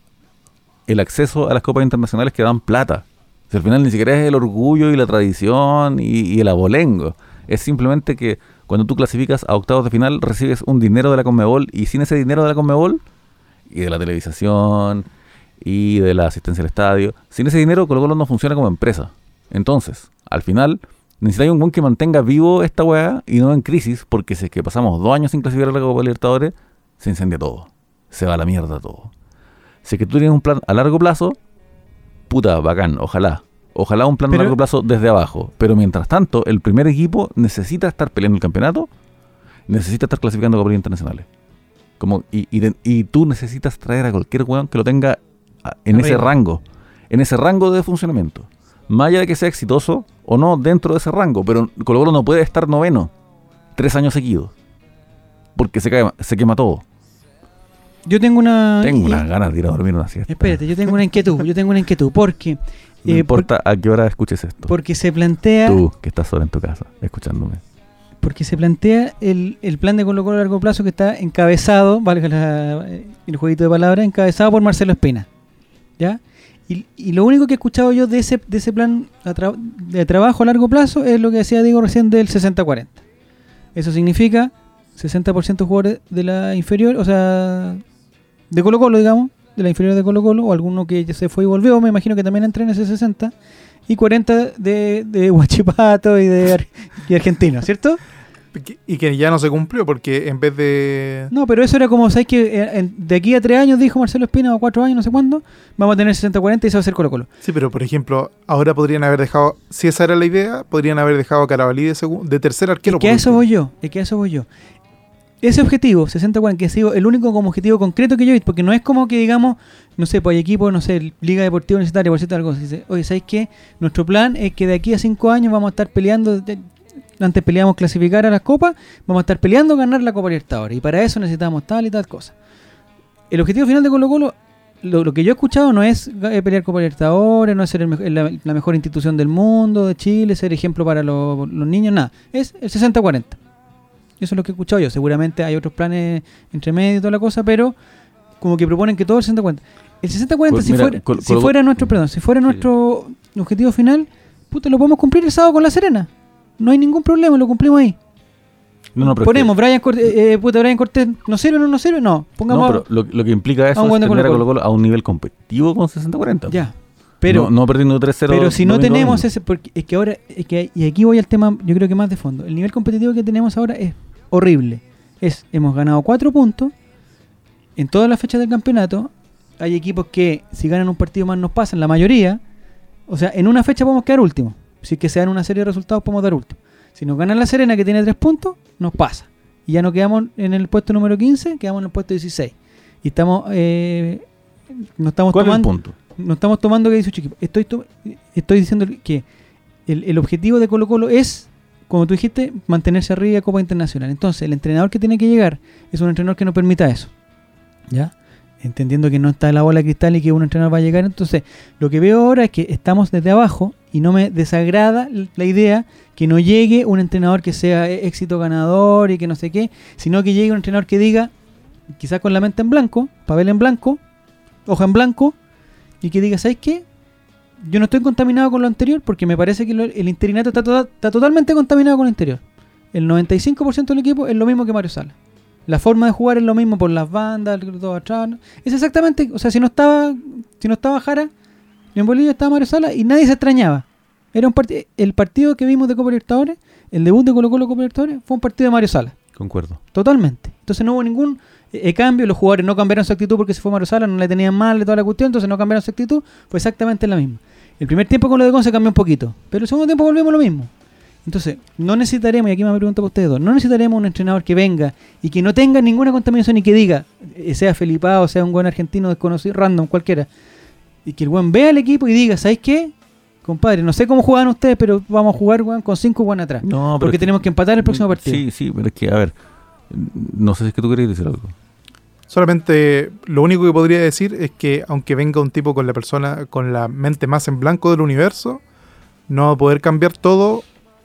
el acceso a las copas internacionales que dan plata. O sea, al final ni siquiera es el orgullo y la tradición y, y el abolengo. Es simplemente que cuando tú clasificas a octavos de final recibes un dinero de la Conmebol y sin ese dinero de la Conmebol y de la televisación y de la asistencia al estadio, sin ese dinero Colo Colo no funciona como empresa. Entonces, al final, necesitáis un buen que mantenga vivo esta weá y no en crisis, porque si es que pasamos dos años sin clasificar a la Copa Libertadores, se incendia todo. se va a la mierda todo. Si es que tú tienes un plan a largo plazo, puta, bacán, ojalá. Ojalá un plan Pero- a largo plazo desde abajo. Pero mientras tanto, el primer equipo necesita estar peleando el campeonato, necesita estar clasificando a Copas Internacionales. Como, y, y, de- y tú necesitas traer a cualquier weón que lo tenga a- en ese Arriba. rango, en ese rango de funcionamiento. Más allá de que sea exitoso o no dentro de ese rango, pero Colo-Colo no puede estar noveno tres años seguidos. Porque se, cae, se quema todo. Yo tengo una... Tengo y- unas ganas de ir a dormir una siesta. Espérate, yo tengo una inquietud, yo tengo una inquietud, porque... No eh, importa a qué hora escuches esto. por- porque se plantea... Tú, que estás sola en tu casa, escuchándome. Porque se plantea el, el plan de Colo-Colo a largo plazo que está encabezado, valga la- el jueguito de palabras, encabezado por Marcelo Espina. ¿Ya? Y, y lo único que he escuchado yo de ese, de ese plan a tra- de trabajo a largo plazo es lo que decía Diego recién del sesenta cuarenta. Eso significa sesenta por ciento jugadores de la inferior, o sea, de Colo-Colo, digamos, de la inferior de Colo-Colo, o alguno que ya se fue y volvió, me imagino que también entra en ese sesenta, y cuarenta de, de Huachipato y de Ar- y Argentino, ¿cierto? Y que ya no se cumplió porque en vez de... No, pero eso era como, ¿sabes que de aquí a tres años, dijo Marcelo Espina, o cuatro años, no sé cuándo, vamos a tener sesenta cuarenta y se va a hacer Colo-Colo? Sí, pero por ejemplo, ahora podrían haber dejado, si esa era la idea, podrían haber dejado a Carabalí de, segun- de tercer arquero. Es que por a eso último. voy yo, es que a eso voy yo. Ese objetivo, sesenta cuarenta, que ha sido el único como objetivo concreto que yo he visto, porque no es como que digamos, no sé, pues hay equipos, no sé, Liga Deportiva Universitaria, por cierto, algo así, dice, oye, ¿sabes qué? Nuestro plan es que de aquí a cinco años vamos a estar peleando, de- antes peleamos clasificar a las copas, vamos a estar peleando ganar la Copa Libertadores, y para eso necesitamos tal y tal cosa. El objetivo final de Colo-Colo, lo, lo que yo he escuchado no es eh, pelear Copa Libertadores, no es ser el mejo- la, la mejor institución del mundo, de Chile, ser ejemplo para lo- los niños, nada, es el sesenta cuarenta. Eso es lo que he escuchado yo. Seguramente hay otros planes entre medio y toda la cosa, pero como que proponen que todo el sesenta cuarenta. El sesenta cuarenta, Pues si, mira, fuera, Colo- si Colo- fuera nuestro, perdón, si fuera Sí. nuestro objetivo final, puta, lo podemos cumplir el sábado con La Serena. No hay ningún problema, lo cumplimos ahí. No, no, pero Ponemos, Brian Cortés, eh, eh, puta, Brian Cortés, ¿no sirve o no nos sirve? No, es que- pongamos... no, pero lo, lo que implica eso a un es buen de tener a Colo-Colo. Colo-Colo a un nivel competitivo con sesenta cuarenta. ya, pero... no, no perdiendo tres cero. Pero si no domingo a tenemos domingo. ese, porque es que ahora, es que, y aquí voy al tema, yo creo que más de fondo, el nivel competitivo que tenemos ahora es horrible. Es, hemos ganado cuatro puntos en todas las fechas del campeonato. Hay equipos que si ganan un partido más nos pasan, la mayoría. O sea, en una fecha podemos quedar último. Si es que se dan una serie de resultados podemos dar último. Si nos ganan la Serena, que tiene tres puntos, nos pasa. Y ya no quedamos en el puesto número quince, quedamos en el puesto dieciséis. Y estamos, eh, nos estamos ¿Cuál es el tomando... punto? No estamos tomando que dice su equipo. Estoy, to- estoy diciendo que el, el objetivo de Colo Colo es, como tú dijiste, mantenerse arriba de Copa Internacional. Entonces, el entrenador que tiene que llegar es un entrenador que no permita eso. ¿Ya? Entendiendo que no está en la bola de cristal y que un entrenador va a llegar. Entonces, lo que veo ahora es que estamos desde abajo y no me desagrada l- la idea que no llegue un entrenador que sea eh, éxito ganador y que no sé qué, sino que llegue un entrenador que diga, quizás con la mente en blanco, papel en blanco, hoja en blanco, y que diga, ¿sabes qué? Yo no estoy contaminado con lo anterior porque me parece que lo- el interinato está, toda- está totalmente contaminado con lo anterior. El noventa y cinco por ciento del equipo es lo mismo que Mario Sala. La forma de jugar es lo mismo por las bandas, todo atrás. ¿no? Es exactamente, o sea, si no estaba si no estaba Jara, en Bolivia estaba Mario Sala y nadie se extrañaba. Era un partido, el partido que vimos de Copa Libertadores, el debut de Colo Colo Copa Libertadores, fue un partido de Mario Sala. Concuerdo. Totalmente. Entonces no hubo ningún eh, cambio, los jugadores no cambiaron su actitud porque se fue Mario Sala, no le tenían mal de toda la cuestión, entonces no cambiaron su actitud, fue exactamente la misma. El primer tiempo con lo de Conce cambió un poquito, pero el segundo tiempo volvimos a lo mismo. Entonces, no necesitaremos, y aquí me pregunto para ustedes dos, no necesitaremos un entrenador que venga y que no tenga ninguna contaminación y que diga, eh, sea Felipao, sea un buen argentino desconocido, random, cualquiera, y que el buen vea al equipo y diga, ¿sabes qué? Compadre, no sé cómo juegan ustedes, pero vamos a jugar weón, con cinco buenas atrás. No, pero porque es que- tenemos que empatar el próximo partido. Sí, sí, pero es que, a ver, no sé si es que tú querías decir algo. Solamente lo único que podría decir es que aunque venga un tipo con la persona, con la mente más en blanco del universo, no va a poder cambiar todo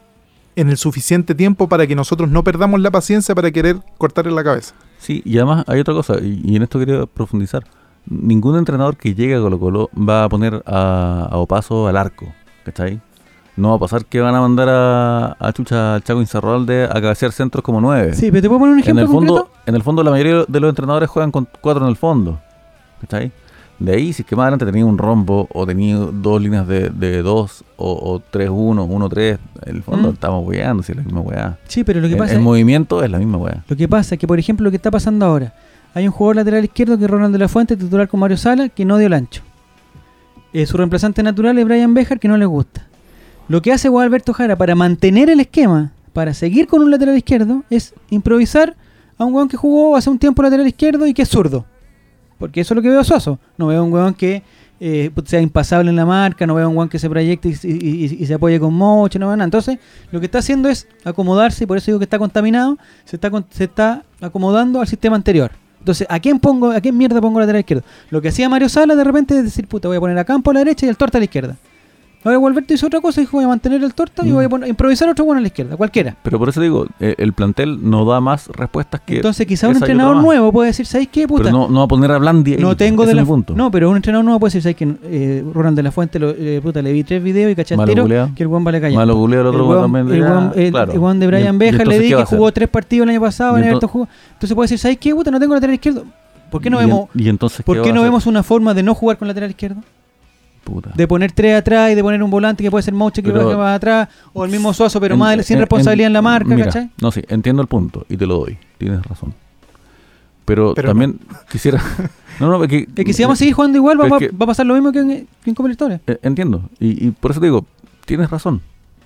en el suficiente tiempo para que nosotros no perdamos la paciencia para querer cortarle la cabeza. Sí, y además hay otra cosa, y, y en esto quería profundizar. Ningún entrenador que llegue a Colo Colo va a poner a, a Opaso al arco, ¿cachai? No va a pasar que van a mandar a, a Chucha al Chaco Insaurralde a cabecear centros como nueve. Sí, pero te puedo poner un en ejemplo el fondo, concreto. en el fondo la mayoría de los entrenadores juegan con cuatro en el fondo, ¿cachai? De ahí, si es que más adelante tenía un rombo o tenía dos líneas de, de dos o, o tres uno, uno tres, en el fondo Mm. estamos weando, si es la misma weá. Sí, pero lo que El, pasa el es, movimiento es la misma weá. lo que pasa es que, por ejemplo, lo que está pasando ahora, hay un jugador lateral izquierdo que es Ronald de la Fuente, titular con Mario Sala, que no dio el ancho. Eh, su reemplazante natural es Brian Béjar, que no le gusta. Lo que hace Guadalberto Jara para mantener el esquema, para seguir con un lateral izquierdo, es improvisar a un huevón que jugó hace un tiempo lateral izquierdo y que es zurdo. Porque eso es lo que veo a Suazo. No veo un huevón que eh, sea impasable en la marca, no veo un huevón que se proyecte y, y, y, y se apoye con moche, no veo nada. Entonces, lo que está haciendo es acomodarse, y por eso digo que está contaminado, se está, se está acomodando al sistema anterior. Entonces, ¿a quién pongo, a quién mierda pongo lateral izquierdo? Lo que hacía Mario Sala de repente es decir, puta, voy a poner a Campo a la derecha y al Torta a la izquierda. Ahora Gualberto hizo otra cosa y dijo, voy a mantener el Torta mm. y voy a poner, improvisar otro bueno a la izquierda, cualquiera. Pero por eso digo, eh, el plantel no da más respuestas que... Entonces quizá un entrenador nuevo puede decir, ¿sabéis qué, puta? Pero no, no va a poner a Blandi ahí. No tengo de es la... punto. No, pero un entrenador nuevo puede decir, ¿sabéis que eh, Ronald de la Fuente, lo, eh, puta, le vi tres videos y caché al tiro que el guan vale callar. Malo culeo, el otro guan también. El guan el, claro. el de Brian Béjar le di que jugó tres partidos el año pasado, en Everton jugó. Entonces puede decir, ¿sabéis qué, puta? No tengo lateral izquierdo. ¿Por qué no y vemos, en, y entonces, ¿por qué no vemos una forma de no jugar con lateral izquierdo? Puta. De poner tres atrás y de poner un volante que puede ser Moche que va más atrás, o el mismo Suazo, pero en, más sin en, responsabilidad en, en la marca, mira, ¿cachai? No, sí, entiendo el punto y te lo doy, tienes razón. Pero, pero también no. quisiera... no, no, es que, es que si vamos a seguir jugando igual, va, va, va a pasar lo mismo que en, que en Copa Libertadores. Eh, entiendo, y, y por eso te digo, tienes razón.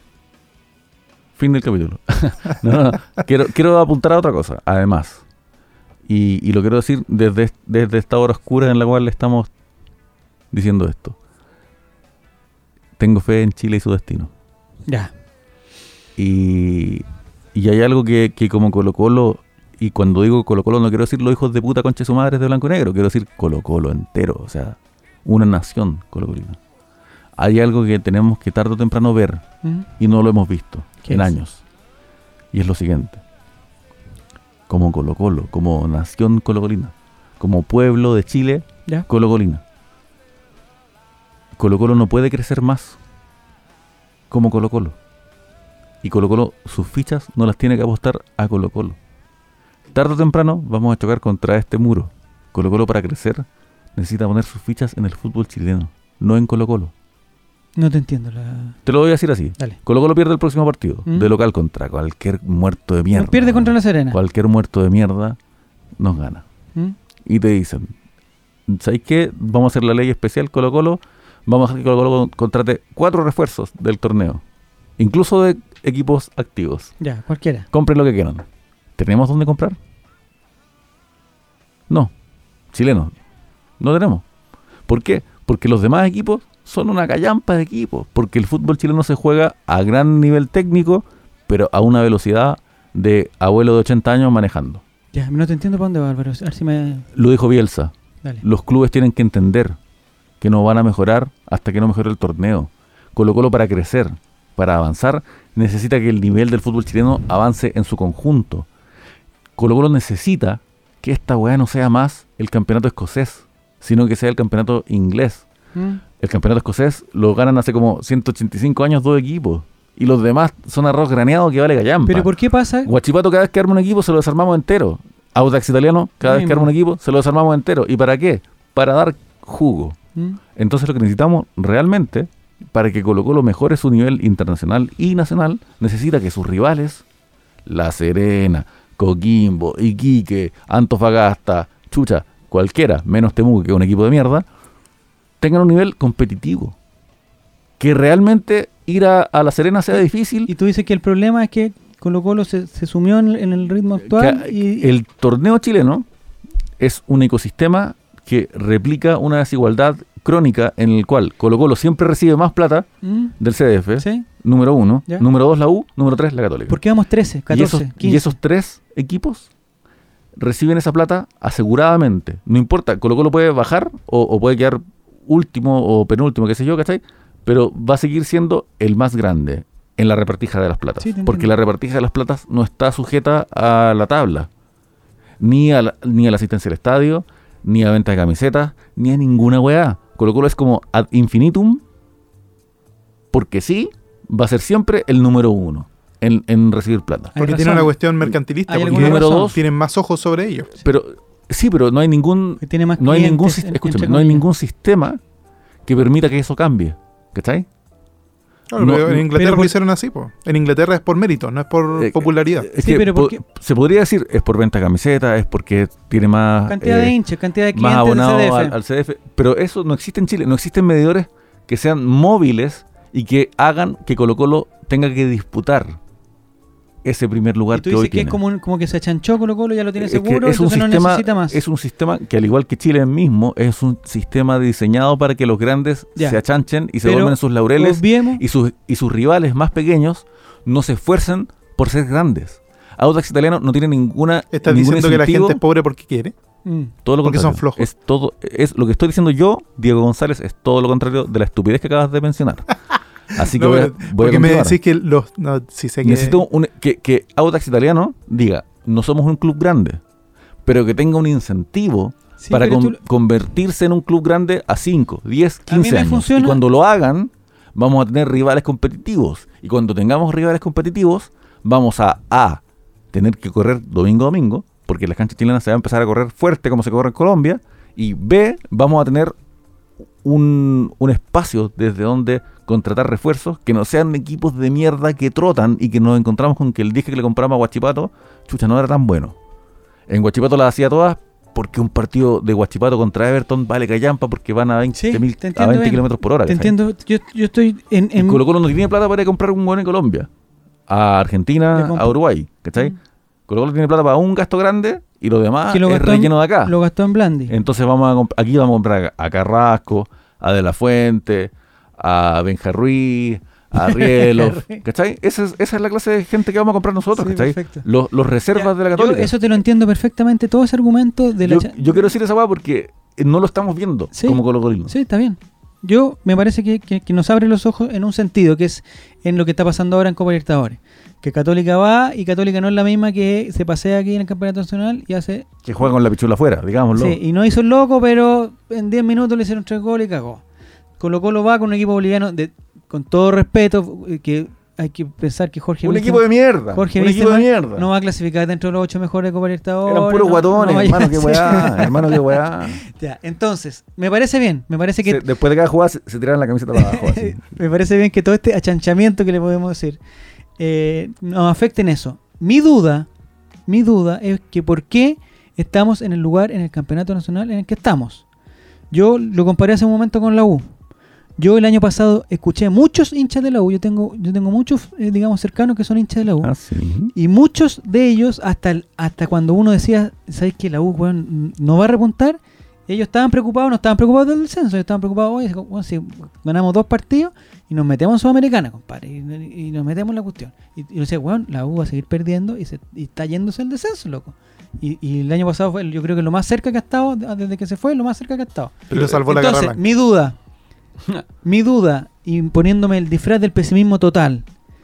Fin del capítulo. no, no, no. Quiero, quiero apuntar a otra cosa, además. Y, y lo quiero decir desde, desde esta hora oscura en la cual estamos diciendo esto. Tengo fe en Chile y su destino. Ya. Y, y hay algo que, que como Colo Colo, y cuando digo Colo Colo no quiero decir los hijos de puta concha su madre de blanco y negro, quiero decir Colo Colo entero, o sea, una nación colocolina. Hay algo que tenemos que tarde o temprano ver, ¿Mm? y no lo hemos visto en es? años. Y es lo siguiente. Como Colo Colo, como nación colocolina, como pueblo de Chile, ¿Ya? colocolina. Colo Colo no puede crecer más como Colo Colo. Y Colo Colo, sus fichas no las tiene que apostar a Colo Colo. Tarde o temprano vamos a chocar contra este muro. Colo Colo para crecer necesita poner sus fichas en el fútbol chileno, no en Colo Colo. No te entiendo. La... Te lo voy a decir así. Dale. Colo Colo pierde el próximo partido, ¿Mm? de local contra cualquier muerto de mierda. Nos pierde contra La Serena. Cualquier muerto de mierda nos gana. ¿Mm? Y te dicen, ¿sabes qué? Vamos a hacer la ley especial Colo Colo. Vamos a hacer que Colo Colo contrate cuatro refuerzos del torneo. Incluso de equipos activos. Ya, cualquiera. Compren lo que quieran. ¿Tenemos dónde comprar? No. Chilenos. No tenemos. ¿Por qué? Porque los demás equipos son una callampa de equipos. Porque el fútbol chileno se juega a gran nivel técnico, pero a una velocidad de abuelo de ochenta años manejando. Ya, no te entiendo para dónde va, Álvaro. A ver si me... Lo dijo Bielsa. Dale. Los clubes tienen que entender que no van a mejorar hasta que no mejore el torneo. Colo Colo para crecer, para avanzar, necesita que el nivel del fútbol chileno avance en su conjunto. Colo Colo necesita que esta weá no sea más el campeonato escocés, sino que sea el campeonato inglés. ¿Mm? El campeonato escocés lo ganan hace como ciento ochenta y cinco años dos equipos. Y los demás son arroz graneado que vale gallampa. ¿Pero por qué pasa? Guachipato, cada vez que arma un equipo se lo desarmamos entero. Audax Italiano, cada vez que arma un equipo se lo desarmamos entero. ¿Y para qué? Para dar jugo. ¿Mm? Entonces lo que necesitamos realmente, para que Colo Colo mejore su nivel internacional y nacional, necesita que sus rivales, La Serena, Coquimbo, Iquique, Antofagasta, chucha, cualquiera, menos Temuco, que es un equipo de mierda, tengan un nivel competitivo. Que realmente ir a, a La Serena sea difícil. Y tú dices que el problema es que Colo Colo se, se sumió en, en el ritmo actual. Y... El torneo chileno es un ecosistema que replica una desigualdad crónica en el cual Colo Colo siempre recibe más plata ¿Mm? del C D F, ¿Sí? número uno, ¿Ya? número dos la U, número tres la Católica. ¿Por qué vamos trece, catorce, y esos, quince? Y esos tres equipos reciben esa plata aseguradamente. No importa, Colo Colo puede bajar o, o puede quedar último o penúltimo, qué sé yo, ¿cachai? Pero va a seguir siendo el más grande en la repartija de las platas. Sí, porque la repartija de las platas no está sujeta a la tabla, ni a la, ni a la asistencia al estadio, ni a venta de camisetas, ni a ninguna weá. Colo Colo es como ad infinitum, porque sí, va a ser siempre el número uno en, en recibir plata. Porque tiene una cuestión mercantilista, porque número dos, tienen más ojos sobre ellos. Pero sí, pero no hay ningún tiene más no hay ningún en, escúchame, no hay ningún sistema que permita que eso cambie, ¿cachai? Claro, No, pero en Inglaterra pero por- lo hicieron así, po. En Inglaterra es por mérito, no es por Eh, popularidad. Es Sí, que pero po- ¿por qué? se podría decir, es por venta de camisetas, es porque tiene más, Cantidad eh, de hinchas, cantidad de más clientes de abonados C D F. al, al C D F. Pero eso no existe en Chile. No existen medidores que sean móviles y que hagan que Colo Colo tenga que disputar ese primer lugar Y tú que hoy dices que tiene. es como, un- como que se achanchó Colo Colo, ya lo tiene Es que seguro, es un entonces no sistema- necesita más. Es un sistema que, al igual que Chile mismo, es un sistema diseñado para que los grandes Ya. se achanchen y se Pero duermen en sus laureles Obviemos, y sus, y sus rivales más pequeños no se esfuercen por ser grandes. Audax Italiano no tiene ninguna ¿Estás ningún diciendo que la incentivo, gente es pobre porque quiere? mm, todo lo porque son contrario. flojos. Es todo, es lo que estoy diciendo yo, Diego González, es todo lo contrario de la estupidez que acabas de mencionar. Así que No, voy a, pero- voy a porque me continuar. decís que los... No, sí sé que... Necesito un- que, que Audax Italiano diga, no somos un club grande, pero que tenga un incentivo sí, para pero con- tú- convertirse en un club grande a cinco, diez, A mí quince me años. funciona- Y cuando lo hagan, vamos a tener rivales competitivos. Y cuando tengamos rivales competitivos, vamos a A, tener que correr domingo a domingo, porque las canchas chilenas se van a empezar a correr fuerte como se corre en Colombia. Y B, vamos a tener un, un espacio desde donde contratar refuerzos que no sean equipos de mierda que trotan y que nos encontramos con que el disque que le compramos a Huachipato, chucha, no era tan bueno. En Huachipato las hacía todas porque un partido de Huachipato contra Everton vale callampa porque van a veinte, Sí, mil- te a entiendo veinte bien. kilómetros por hora. te ¿cachai? entiendo, yo, yo estoy en... Y en Colo Colo no tiene plata para ir a comprar un hueón en Colombia, a Le Argentina, compro- a Uruguay, ¿cachai? Mm. Colo Colo tiene plata para un gasto grande y lo demás Que lo es gastó en- relleno de acá. lo gastó en Blandi. Entonces vamos a comp- aquí vamos a comprar a Carrasco, a De La Fuente, a Benja Ruiz, a Rielo, ¿cachai? Esa es, esa es la clase de gente que vamos a comprar nosotros, Sí, ¿cachai? perfecto. Los, los reservas Ya, de la yo Católica. eso te lo entiendo perfectamente, todo ese argumento de la... yo, cha- yo quiero decir esa weá porque no lo estamos viendo Sí. como Colo Colino. Sí, está bien. Yo me parece que, que- que nos abre los ojos en un sentido, que es en lo que está pasando ahora en Copa Libertadores. Que Católica va y Católica no es la misma que se pasea aquí en el Campeonato Nacional y hace... Que juega con la pichula afuera, digámoslo. Sí, y no hizo el loco, pero en diez minutos le hicieron tres goles y cagó. Colo Colo va con un equipo boliviano, de, con todo respeto, eh, que hay que pensar que Jorge un Wilstermann- equipo de mierda. Jorge un equipo de Wilstermann mierda. no va a clasificar dentro de los ocho mejores de Copa Libertadores. Eran puros no- guatones, no vaya hermano, a qué ser. weá. Hermano, qué weá. Ya, entonces, me parece bien, me parece que Se- después de cada jugada se, se tiraron la camiseta para abajo. así. me parece bien que todo este achanchamiento que le podemos decir eh, nos afecte en eso. Mi duda, mi duda es que por qué estamos en el lugar en el campeonato nacional en el que estamos. Yo lo comparé hace un momento con la U. Yo el año pasado escuché muchos hinchas de la U. Yo tengo, yo tengo muchos, eh, digamos, cercanos que son hinchas de la U. Ah, sí. Y muchos de ellos, hasta, el- hasta cuando uno decía, ¿sabes que la U weón, no va a repuntar? Ellos estaban preocupados, no estaban preocupados del descenso, ellos estaban preocupados, oye, weón, si ganamos dos partidos y nos metemos en Sudamericana, compadre, y, y nos metemos en la cuestión. Y, y yo decía, weón, la U va a seguir perdiendo y, se, y está yéndose el descenso, loco. Y, y el año pasado fue, yo creo que lo más cerca que ha estado, desde que se fue, lo más cerca que ha estado. Y lo salvó la garra Entonces, blanca. mi duda, mi duda, y poniéndome el disfraz del pesimismo total,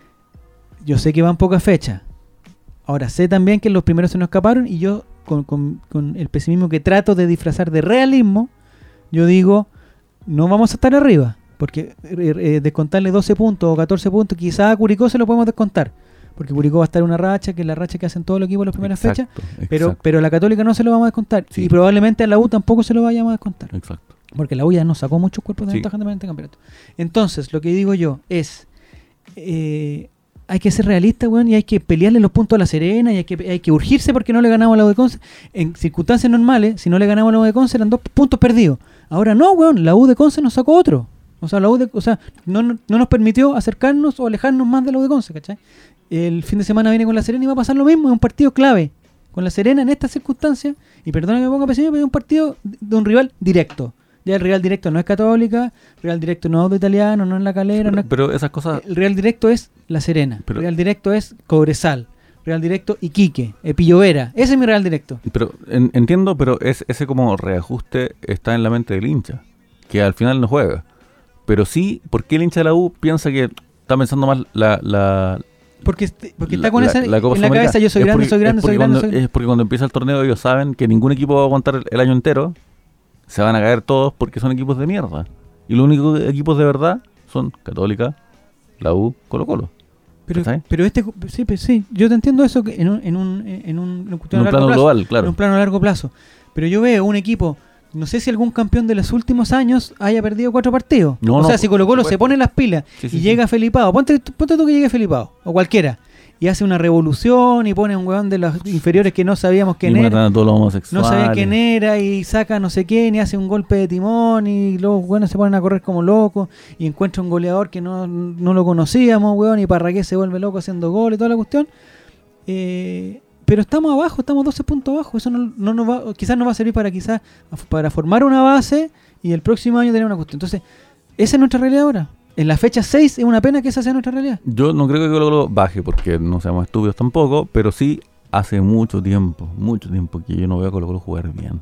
yo sé que van pocas fechas. Ahora, sé también que los primeros se nos escaparon y yo, con, con- con el pesimismo que trato de disfrazar de realismo, yo digo, no vamos a estar arriba, porque eh, eh, descontarle doce puntos o catorce puntos, quizás a Curicó se lo podemos descontar, porque Curicó va a estar en una racha, que es la racha que hacen todos los equipos en las primeras fechas, Exacto, pero, exacto, pero a la Católica no se lo vamos a descontar, Sí. y probablemente a la U tampoco se lo vayamos a descontar. exacto. Porque la U ya nos sacó muchos cuerpos de Sí. ventaja también en este campeonato. Entonces, lo que digo yo es, eh, hay que ser realista, weón, y hay que pelearle los puntos a la Serena, y hay que, hay que urgirse porque no le ganamos a la U de Conce. En circunstancias normales, si no le ganamos a la U de Conce, eran dos puntos perdidos. Ahora no, weón, la U de Conce nos sacó otro. O sea, la U de, o sea no, no, no nos permitió acercarnos o alejarnos más de la U de Conce, ¿cachai? El fin de semana viene con la Serena y va a pasar lo mismo, es un partido clave. Con la Serena en estas circunstancias, y perdona que me ponga pesimista, pero es un partido de un rival directo. Ya el Real Directo no es Católica, Real Directo no es Auto Italiano, no es La Calera, no Pero, es... pero esas cosas, El Real Directo es La Serena, Pero- Real Directo es Cobresal, Real Directo Iquique, Epillovera, ese es mi Real Directo. pero en- entiendo, pero es, ese como reajuste está en la mente del hincha, que al final no juega. Pero sí, ¿por qué el hincha de la U piensa que está pensando más la, la, Porque, este- porque la- está con la- esa la Copa en la Sudamericana? cabeza, yo soy Es grande, porque- soy grande, es porque soy grande, cuando- soy... Es porque cuando empieza el torneo ellos saben que ningún equipo va a aguantar el, el año entero, se van a caer todos porque son equipos de mierda. Y los únicos equipos de verdad son Católica, la U, Colo Colo. Pero, ¿cachai? pero este, sí, pues sí, yo te entiendo eso que en un, en un, en un, en un, cuestión En un a largo plano plazo, global, claro. en un plano a largo plazo. Pero yo veo un equipo no sé si algún campeón de los últimos años haya perdido cuatro partidos. No, o no, sea, si Colo Colo por se pone las pilas Sí, sí, y sí. llega Felipao, ponte, ponte tú que llegue Felipao, o cualquiera, y hace una revolución y pone a un weón de los inferiores que no sabíamos quién y era. matan a todos los No homosexuales. sabía quién era y saca no sé quién y hace un golpe de timón y los buenos se ponen a correr como locos y encuentra un goleador que no, no lo conocíamos, weón, y Parragués se vuelve loco haciendo gol y toda la cuestión. Eh, pero estamos abajo, estamos doce puntos abajo. Eso no, no nos va, quizás nos va a servir para quizás para formar una base y el próximo año tener una cuestión. Entonces, esa es nuestra realidad ahora. En la fecha seis es una pena que esa sea nuestra realidad. Yo no creo que Colo Colo baje porque no seamos estúpidos tampoco, pero sí hace mucho tiempo, mucho tiempo que yo no veo a Colo Colo jugar bien.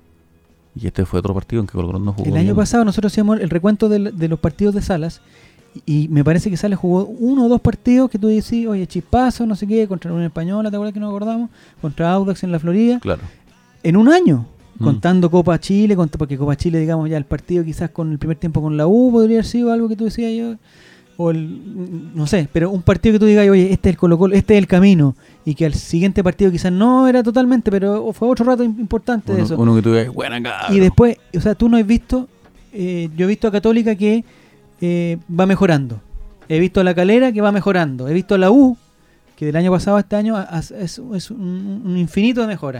Y este fue otro partido en que Colo Colo no jugó El año bien. pasado nosotros hacíamos el recuento de, de los partidos de Salas y, y me parece que Salas jugó uno o dos partidos que tú decís, oye, chispazo, no sé qué, contra la Unión Española, ¿te acuerdas que nos acordamos? Contra Audax en la Florida. Claro. En un año, Mm. contando Copa Chile, cont- porque Copa Chile, digamos, ya el partido quizás con el primer tiempo con la U podría haber sido algo que tú decías yo, o el, no sé, pero un partido que tú digas, oye, este es el Colo Colo, este es el camino, y que al siguiente partido quizás no era totalmente, pero fue otro rato im- importante de Uno, eso. uno que tuve, buena cara. Y después, o sea, tú no has visto, eh, yo he visto a Católica que eh, va mejorando, he visto a La Calera que va mejorando, he visto a la U, que del año pasado a este año es, es- es un, un infinito de mejora.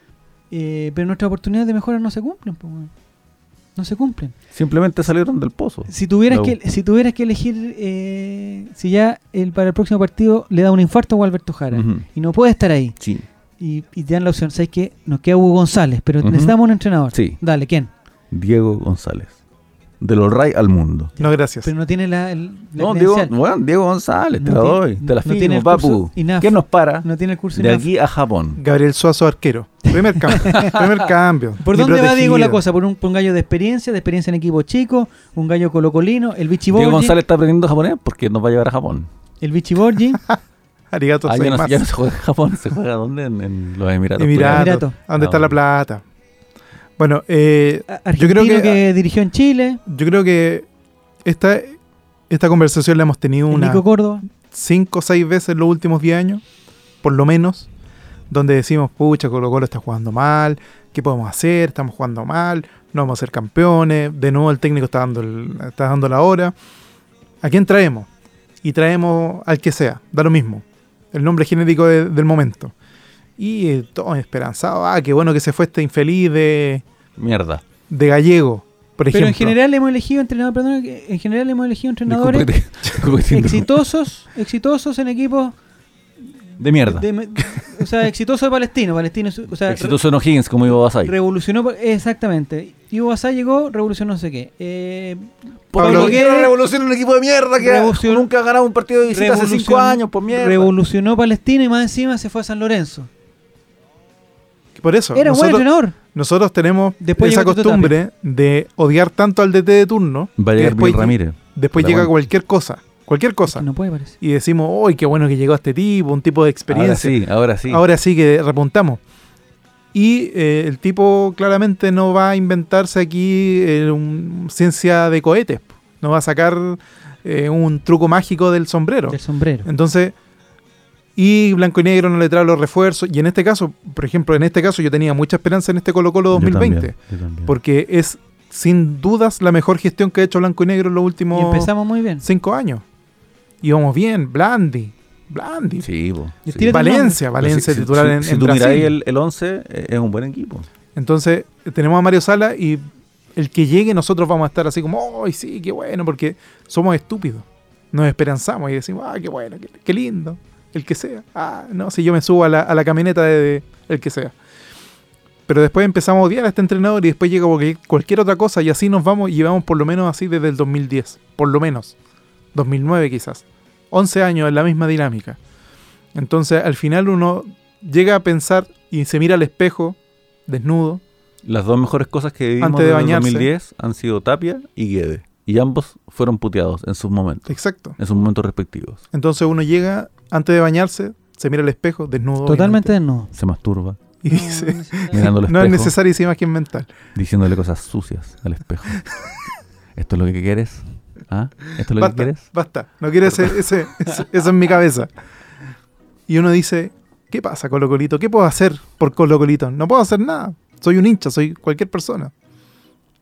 Eh, pero nuestras oportunidades de mejora no se cumplen, po, weón. No se cumplen. Simplemente salieron del pozo. Si tuvieras La U. que si tuvieras que elegir, eh, si ya el, para el próximo partido le da un infarto a Alberto Jara Ujú. y no puede estar ahí Sí. y, y te dan la opción, ¿sabes qué? Nos queda Hugo González, pero Ujú. necesitamos un entrenador. Sí. Dale, ¿quién? Diego González. Del Olray al mundo. No, gracias. Pero no tiene la, el, la No, Diego, credencial. bueno, Diego González, te No la tiene- doy. Te la no tiene firmo, el papu. curso I N A F. ¿Quién nos para? No tiene el curso De I N A F. aquí a Japón. Gabriel Suazo, arquero. Primer cambio. Primer cambio. ¿Por Ni dónde va Diego protegido. la cosa? ¿Por un, por un gallo de experiencia, de experiencia en equipo chico, un gallo colocolino, el Vichy Diego Borgi, González está aprendiendo japonés porque nos va a llevar a Japón. el Vichy Borgi, Arigato Ah, ya, no, gozaimasu. ya no se juega en Japón, se juega ¿dónde? En, en los Emiratos. Emiratos. Emiratos. ¿Dónde Ah, está la bueno. plata? Bueno, eh, a- yo argentino creo que, que, dirigió en Chile, yo creo que esta, esta conversación la hemos tenido el unas Nico Córdoba. cinco o seis veces en los últimos diez años, por lo menos, donde decimos, pucha, Colo Colo está jugando mal, ¿qué podemos hacer? Estamos jugando mal, no vamos a ser campeones, de nuevo el técnico está dando, el- está dando la hora. ¿A quién traemos? Y traemos al que sea, da lo mismo, el nombre genérico de- del momento. Y eh, todos esperanzados, ah, qué bueno que se fue este infeliz de, Mierda. de Gallego, por ejemplo. Pero en general hemos elegido entrenadores, perdón, que en general hemos elegido entrenadores Disculpa que te- disculpa que te interrumpa. exitosos, exitosos en equipos, De mierda. de- o sea, exitoso de Palestino, Palestino, o sea, Exitoso en O'Higgins como Ivo Basay. revolucionó, exactamente. Ivo Basay llegó, revolucionó no sé qué. Eh, Pablo Pablo Guedes Guedes revoluciona un equipo de mierda que Revolucion- nunca ha ganado un partido de visita hace cinco revolucionó- años, por mierda. revolucionó Palestino y más encima se fue a San Lorenzo. Por eso, Era un buen nosotros, entrenador. nosotros tenemos Después esa llegó Tito costumbre de odiar tanto al D T de turno, Va a que llegar después, Bill Ramírez. después La llega buena. cualquier cosa, cualquier cosa. No puede parecer. Y decimos, uy, qué bueno que llegó este tipo, un tipo de Ahora experiencia. sí, ahora sí. Ahora sí que repuntamos. Y eh, el tipo claramente no va a inventarse aquí eh, un- ciencia de cohetes. No va a sacar eh, un truco mágico del sombrero. Del sombrero. Entonces, y Blanco y Negro no le trae los refuerzos. Y en este caso, por ejemplo, en este caso yo tenía mucha esperanza en este Colo Colo Yo dos mil veinte. también, yo también. Porque es sin dudas la mejor gestión que ha hecho Blanco y Negro en los Y últimos empezamos muy bien. cinco años. Íbamos bien, Blandi, Blandi. Sí, po. Y Sí. tírate un Valencia, Pero Valencia si- titular si- en, Si en tú Brasil. miráis el, el once, eh, es un buen equipo. Entonces, tenemos a Mario Sala y el que llegue nosotros vamos a estar así como, ¡ay, sí, qué bueno! Porque somos estúpidos. Nos esperanzamos y decimos, ¡ah, qué bueno, qué, qué lindo! El que sea. Ah, no, si yo me subo a la, a la camioneta de, de el que sea. Pero después empezamos a odiar a este entrenador y después llega cualquier, cualquier otra cosa y así nos vamos y llevamos por lo menos así desde el dos mil diez. Por lo menos. dos mil nueve quizás. once años en la misma dinámica. Entonces, al final uno llega a pensar y se mira al espejo, desnudo, Las dos mejores cosas que vivimos Antes de desde el bañarse. dos mil diez han sido Tapia y Guede. Y ambos fueron puteados en sus momentos, exacto. en sus momentos respectivos. Entonces uno llega, antes de bañarse, se mira al espejo, desnudo. Totalmente obviamente, desnudo. Se masturba, y No, dice, no necesita- mirando al no es espejo, necesaria esa imagen mental. diciéndole cosas sucias al espejo. ¿Esto es lo que quieres? ¿Ah? ¿Esto es lo que Basta, quieres? basta. No quiero ese, ese, ese- eso en mi cabeza. Y uno dice, ¿qué pasa, Colo Colito? ¿Qué puedo hacer por Colo Colito? No puedo hacer nada. Soy un hincha, soy cualquier persona.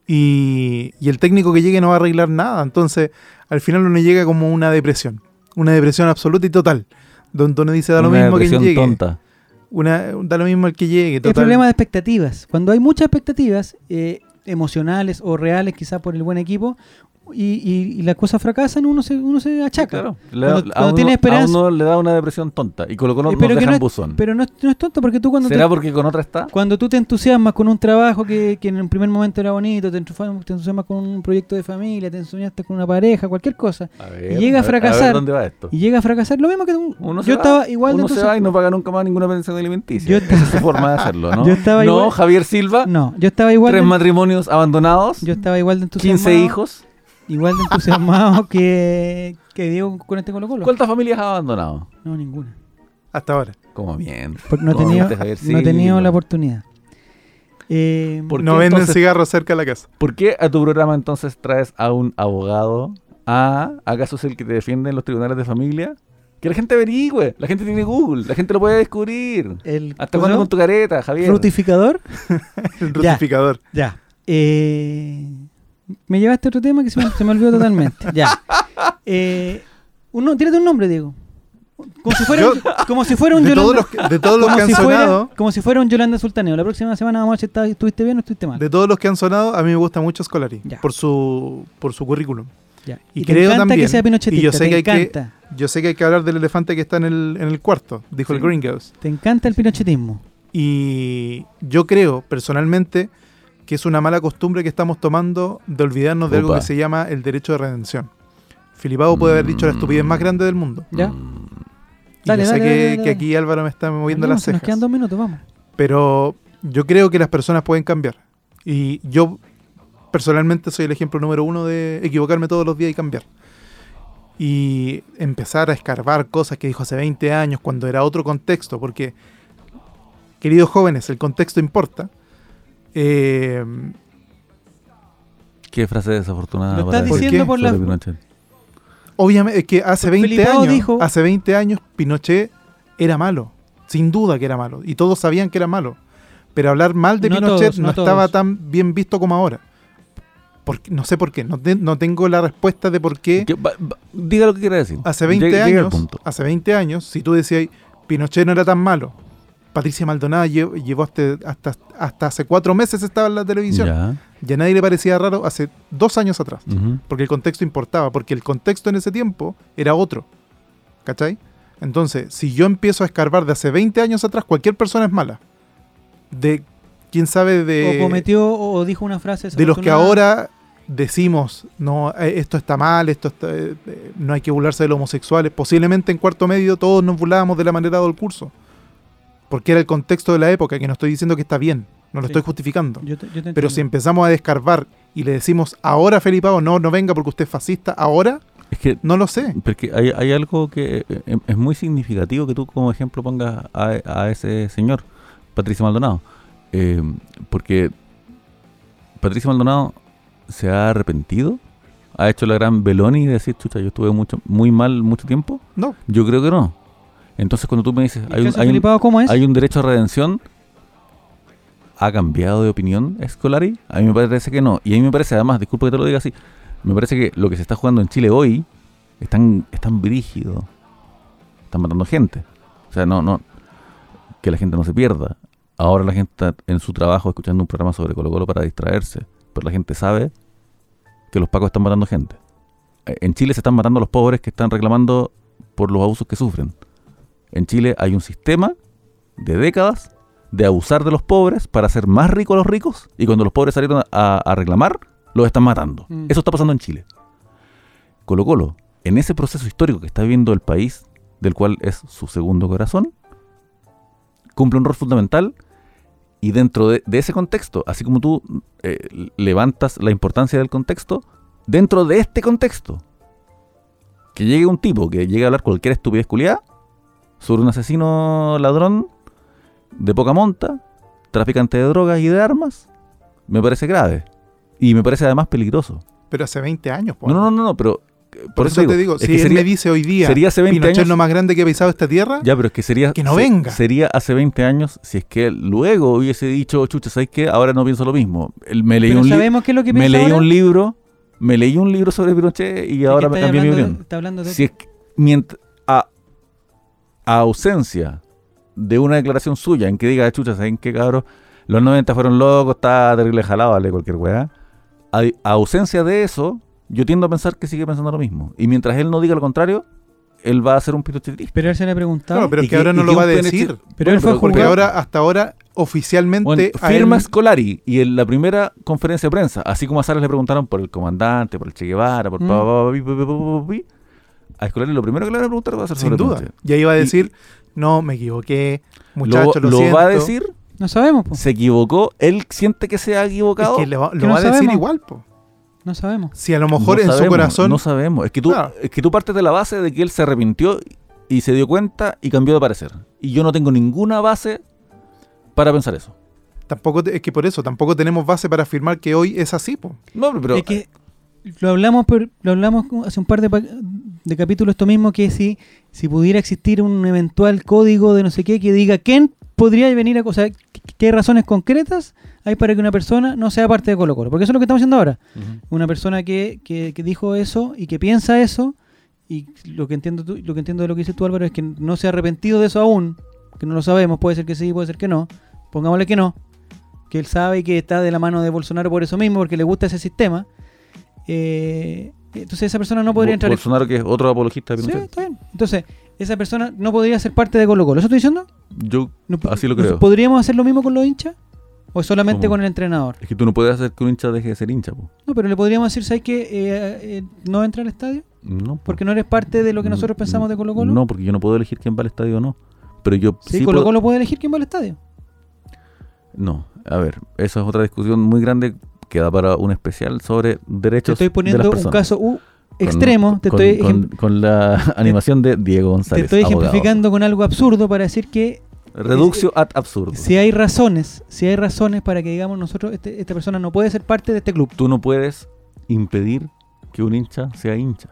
Y, y el técnico que llegue no va a arreglar nada. Entonces, al final uno llega como una depresión. Una depresión absoluta y total. Donde uno dice, da lo Una mismo quien depresión llegue. tonta. Una, da lo mismo el que llegue. El Total. problema de expectativas. Cuando hay muchas expectativas eh, emocionales o reales, quizás por el buen equipo, y, y, y las cosas fracasan, uno se, uno se achaca. Claro. Le da- Cuando- a, cuando uno, tiene esperanza- a uno le da una depresión tonta. Y Colo Colo Eh, nos pero que deja no en es- buzón. Pero no es, no es tonto, porque tú cuando ¿Será te, porque con otra está? cuando tú te entusiasmas con un trabajo que, que en un primer momento era bonito, te entusiasmas, te entusiasmas con un proyecto de familia, te entusiasmas con una pareja, cualquier cosa, A ver, llega a ver- fracasar. ver ¿Dónde va esto? y llega a fracasar, lo mismo que tú- Uno se yo va, estaba igual de uno se entusiasmado. va y no paga nunca más ninguna pensión alimenticia. Yo Esa es su forma de hacerlo, ¿no? Yo estaba no, igual- Javier Silva, No, yo estaba igual tres de, matrimonios abandonados, yo estaba igual de entusiasmado. quince hijos. Igual de entusiasmado que, que Diego con este Colo Colo. ¿Cuántas familias ha abandonado? No, ninguna. Hasta ahora. Como bien. Porque no he Como tenido, viste, Javier no he tenido Silva. la oportunidad. Eh, ¿Por No qué venden entonces- cigarros cerca de la casa. ¿Por qué a tu programa entonces traes a un abogado? ¿A, ¿Acaso es el que te defiende en los tribunales de familia? Que la gente averigüe. La gente tiene Google. La gente lo puede descubrir. el ¿Hasta cuándo con tu careta, Javier? frutificador. El Ya. rutificador. Ya. Eh, me llevaste a otro tema que se me, se me olvidó totalmente. Ya. Eh, uno, tírate un nombre, Diego. Como si fuera, Yo- un- como si fuera un De Yolanda. todos los que, de todos los como que han si fuera- sonado, como si fuera un Yolanda Sultaneo. La próxima semana vamos a ver si está- estuviste bien o estuviste mal. de todos los que han sonado, a mí me gusta mucho Scolari Ya. por su por su currículum. Ya. Y, Y te creo encanta también, que sea pinochetista, y yo sé te que hay que encanta. yo sé que hay que hablar del elefante que está en el en el cuarto, dijo el Sí. Gringos. Te encanta el pinochetismo. Y yo creo personalmente que es una mala costumbre que estamos tomando de olvidarnos de algo Opa. que se llama el derecho de redención. Filipao puede haber dicho la estupidez más grande del mundo. ¿Ya? Mm, Y Dale, yo sé dale, que, dale, dale, que dale. aquí Álvaro me está moviendo Hablemos, las se nos cejas. quedan dos minutos, vamos. Pero yo creo que las personas pueden cambiar. Y yo personalmente soy el ejemplo número uno de equivocarme todos los días y cambiar. Y empezar a escarbar cosas que dijo hace veinte años cuando era otro contexto, porque, queridos jóvenes, el contexto importa. Eh, Qué frase desafortunada. Lo para estás decir diciendo por sobre la- Pinochet. obviamente, es que hace Porque veinte Felipao años, dijo- hace veinte años Pinochet era malo. Sin duda que era malo. Y todos sabían que era malo. Pero hablar mal de No Pinochet todos, no, no estaba todos. tan bien visto como ahora. Porque, no sé por qué. No, te- no tengo la respuesta de por qué. Que- va- va- diga lo que quiera decir. Hace veinte Llegue- llegue al años, punto. hace veinte años, si tú decías Pinochet no era tan malo, Patricia Maldonado lle- llevó hasta, hasta, hasta hace cuatro meses estaba en la televisión. Ya. Y a nadie le parecía raro hace dos años atrás. Ujú. Porque el contexto importaba, porque el contexto en ese tiempo era otro. ¿Cachai? Entonces, si yo empiezo a escarbar de hace veinte años atrás, cualquier persona es mala. De, quién sabe, de, o cometió o dijo una frase de los que desafortunada. ahora decimos, no, eh, esto está mal, esto está, eh, eh, no hay que burlarse de los homosexuales. Posiblemente en cuarto medio todos nos burlábamos de la manera del curso. Porque era el contexto de la época, que no estoy diciendo que está bien, no lo Sí. estoy justificando. Yo te- yo te Pero entiendo. si empezamos a descarbar y le decimos, ahora Felipao, no, no venga porque usted es fascista, ahora, Es que no lo sé. porque hay, hay algo que eh, eh, es muy significativo que tú como ejemplo pongas a, a ese señor, Patricio Maldonado. Eh, porque Patricio Maldonado se ha arrepentido, ha hecho la gran Beloni de decir, chucha, yo estuve mucho, muy mal mucho tiempo. No, Yo creo que no. Entonces cuando tú me dices, ¿Y el hay un, caso de hay un- Felipao cómo es? hay un derecho a redención, ¿ha cambiado de opinión Scolari? A mí me parece que no. Y a mí me parece, además, disculpa que te lo diga así, me parece que lo que se está jugando en Chile hoy es tan, es tan brígido. Están matando gente. O sea, no, no, que la gente no se pierda. Ahora la gente está en su trabajo escuchando un programa sobre Colo Colo para distraerse. Pero la gente sabe que los pacos están matando gente. Eh, En Chile se están matando a los pobres que están reclamando por los abusos que sufren. En Chile hay un sistema de décadas de abusar de los pobres para hacer más ricos a los ricos, y cuando los pobres salieron a, a reclamar, los están matando. Mm. Eso está pasando en Chile. Colo Colo, en ese proceso histórico que está viviendo el país, del cual es su segundo corazón, cumple un rol fundamental, y dentro de, de ese contexto, así como tú eh, levantas la importancia del contexto, dentro de este contexto, que llegue un tipo que llegue a hablar cualquier estupidez culiada sobre un asesino ladrón de poca monta, traficante de drogas y de armas, me parece grave. Y me parece además peligroso. pero hace veinte años. po. No, no, no, no, pero Por, Por eso te digo, es si que él sería, me dice hoy día, sería hace veinte Pinochet años, es lo más grande que ha pisado esta tierra, ya, pero es que sería que no se- venga. Sería hace veinte años si es que él luego hubiese dicho, chucha, ¿sabes qué? Ahora no pienso lo mismo. Él, me leí Pero un li- sabemos qué es lo que me piensa leí ahora. un libro, me leí un libro sobre Pinochet y Es que ahora está me cambié mi hablando de- opinión. está hablando de Si es que, mientras, a, a ausencia de una declaración suya en que diga, chucha, ¿saben qué, cabrón? Los noventa fueron locos, está terrible jalado, vale, cualquier weá. A, a ausencia de eso, yo tiendo a pensar que sigue pensando lo mismo. Y mientras él no diga lo contrario, él va a ser un pinochetista. Pero él se le ha preguntado. Claro, pero Y es que, que- ahora y no que lo va a un decir. Pinochet- Pero él fue pero- Porque juzgado. ahora, hasta ahora, oficialmente, Bueno, a firma él- Scolari y en la primera conferencia de prensa, así como a Salas le preguntaron por el comandante, por el Che Guevara, por Mm. pa, pa, pa, pi, pi, pi, pi, pi, pi, a Scolari lo primero que le van a preguntar va a ser sin sobre duda, Pinochet. ya iba a Y- decir, no, me equivoqué, muchachos, lo, lo, lo siento. va a decir, No sabemos, po. se equivocó, él siente que se ha Es equivocado. que lo, Que lo no va a decir sabemos. igual, po. No sabemos. Si a lo mejor No en su sabemos, corazón... No sabemos, es que, tú, Claro. es que tú partes de la base de que él se arrepintió y se dio cuenta y cambió de parecer. Y yo no tengo ninguna base para pensar eso. Tampoco te- es que por eso, tampoco tenemos base para afirmar que hoy es así, po. No, pero... es que lo hablamos por- lo hablamos hace un par de, pa- de capítulos esto mismo, que si, si pudiera existir un eventual código de no sé qué que diga quién podría venir a... O sea, qué, qué razones concretas hay para que una persona no sea parte de Colo Colo. Porque eso es lo que estamos haciendo ahora. Ujú. Una persona que, que, que dijo eso y que piensa eso, y lo que entiendo tú, lo que entiendo de lo que dices tú, Álvaro, es que no se ha arrepentido de eso aún, que no lo sabemos, puede ser que sí, puede ser que no, pongámosle que no, que él sabe que está de la mano de Bolsonaro por eso mismo, porque le gusta ese sistema. Eh, entonces esa persona no podría Bo- entrar en... Bolsonaro, que es otro apologista de Sí, Pinochet. está bien. Entonces, esa persona no podría ser parte de Colo Colo. ¿Eso estoy diciendo? Yo No- así lo no- creo. ¿Podríamos hacer lo mismo con los hinchas? ¿O solamente ¿Cómo? con el entrenador? Es que tú no puedes hacer que un hincha deje de ser hincha, po. No, pero le podríamos decir, ¿sabes qué? Eh, eh, no entra al estadio No, po. porque no eres parte de lo que nosotros Mm, pensamos de Colo Colo. No, porque yo no puedo elegir quién va al estadio o no. Pero yo Sí, sí Colo puedo- Colo puede elegir quién va al estadio. No, a ver, esa es otra discusión muy grande que da para un especial sobre Te derechos estoy de las poniendo un personas. caso uh, Con- extremo. Te con, estoy, con- ejem- con la animación de Diego te González, estoy abogado. ejemplificando con algo absurdo para decir que Reductio ad absurdo. si hay razones, si hay razones para que digamos nosotros, este- esta persona no puede ser parte de este club. Tú no puedes impedir que un hincha sea hincha.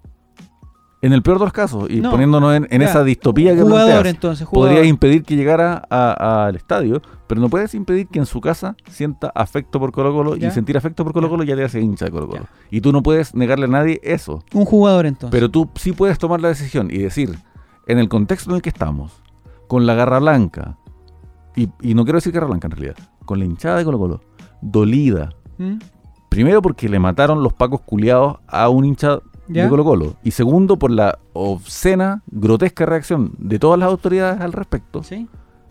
En el peor de los casos, y No, poniéndonos en, en ya. esa distopía que Jugador, planteas, entonces, jugador. podrías impedir que llegara a- al estadio, pero no puedes impedir que en su casa sienta afecto por Colo Colo, Ya. y sentir afecto por Colo Ya. Colo ya te hace hincha de Colo Colo. Ya. Y tú no puedes negarle a nadie eso. Un jugador entonces. Pero tú sí puedes tomar la decisión y decir, en el contexto en el que estamos, con la garra blanca, y, y no quiero decir garra blanca en realidad, con la hinchada de Colo Colo, dolida, ¿Mm? primero porque le mataron los pacos culiados a un hincha ¿Ya? de Colo Colo, y segundo por la obscena, grotesca reacción de todas las autoridades al respecto. ¿Sí?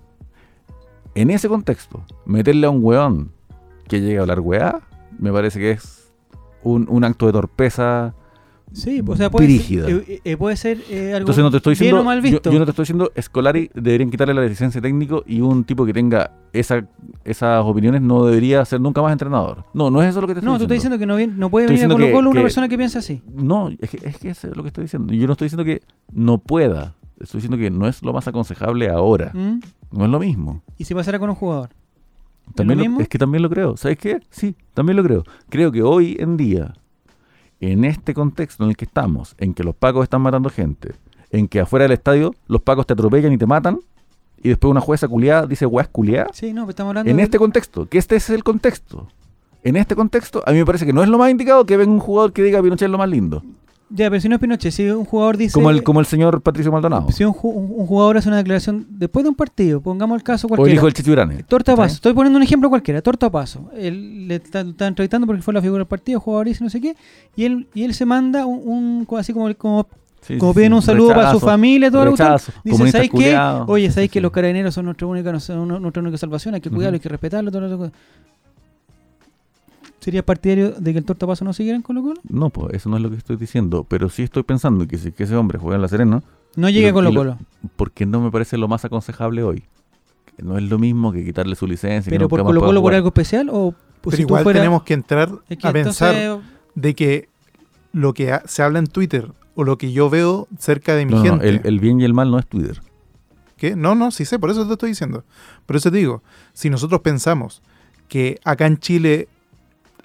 En ese contexto, meterle a un weón que llegue a hablar weá, me parece que es un, un acto de torpeza. Sí, o sea, puede Brígida. ser, eh, eh, puede ser eh, algo Entonces no te estoy bien diciendo, o mal yo, visto. yo no te estoy diciendo, Scolari deberían quitarle la licencia de técnico y un tipo que tenga esa, esas opiniones no debería ser nunca más entrenador. No, no es eso lo que te estoy No, tú estás diciendo. diciendo que no, viene- no puede Estoy venir a diciendo Colo que- Colo una que- persona que piensa así. No, es que, es que eso es lo que estoy diciendo. Yo no estoy diciendo que no pueda. Estoy diciendo que no es lo más aconsejable ahora. ¿Mm? No es lo mismo. Y si pasara con un jugador. También lo lo- mismo? es que también lo creo. ¿Sabes qué? Sí, también lo creo. Creo que hoy en día, en este contexto en el que estamos, en que los pacos están matando gente, en que afuera del estadio los pacos te atropellan y te matan, y después una jueza culiada dice weas culiadas, Sí, no, pero estamos hablando en de- este contexto, que este es el contexto, en este contexto, a mí me parece que no es lo más indicado que venga un jugador que diga Pinochet es lo más lindo. Ya, pero si no es Pinochet, si un jugador dice... Como el, como el señor Patricio Maldonado. Si un, ju- un- un jugador hace una declaración después de un partido, pongamos el caso O el cualquiera. hijo del Chichurane. Torta a paso, ¿Cachai? estoy poniendo un ejemplo cualquiera, torta a paso. Él le está, está entrevistando porque fue la figura del partido, jugador dice no sé qué, y él, y él se manda un, un- así como, como, Sí, como sí, piden sí. un saludo para su Rechazo, familia, todo lo que rechazo, Dice, comunistas ¿sabéis qué? culiados. Oye, ¿sabéis Sí, que sí. los carabineros son nuestra única, son nuestra única salvación? Hay que cuidarlo, Ujú. hay que respetarlo, todo eso. ¿Sería partidario de que el torta a paso no siguiera en Colo Colo? No, pues eso no es lo que estoy diciendo, pero sí estoy pensando que si que ese hombre juega en La Serena, No Y llegue lo- a Colo y lo- Colo. porque no me parece lo más aconsejable hoy. Que no es lo mismo que quitarle su licencia. que ¿Pero nunca por más Colo pueda Colo por jugar. algo especial? O pues, Pero si tú igual fuera- tenemos que entrar Es que a entonces, pensar de que lo que ha- se habla en Twitter o lo que yo veo cerca de mi No, no, gente... el, el bien y el mal no es Twitter. ¿Qué? No, no, sí sé, por eso te estoy diciendo. Por eso te digo, si nosotros pensamos que acá en Chile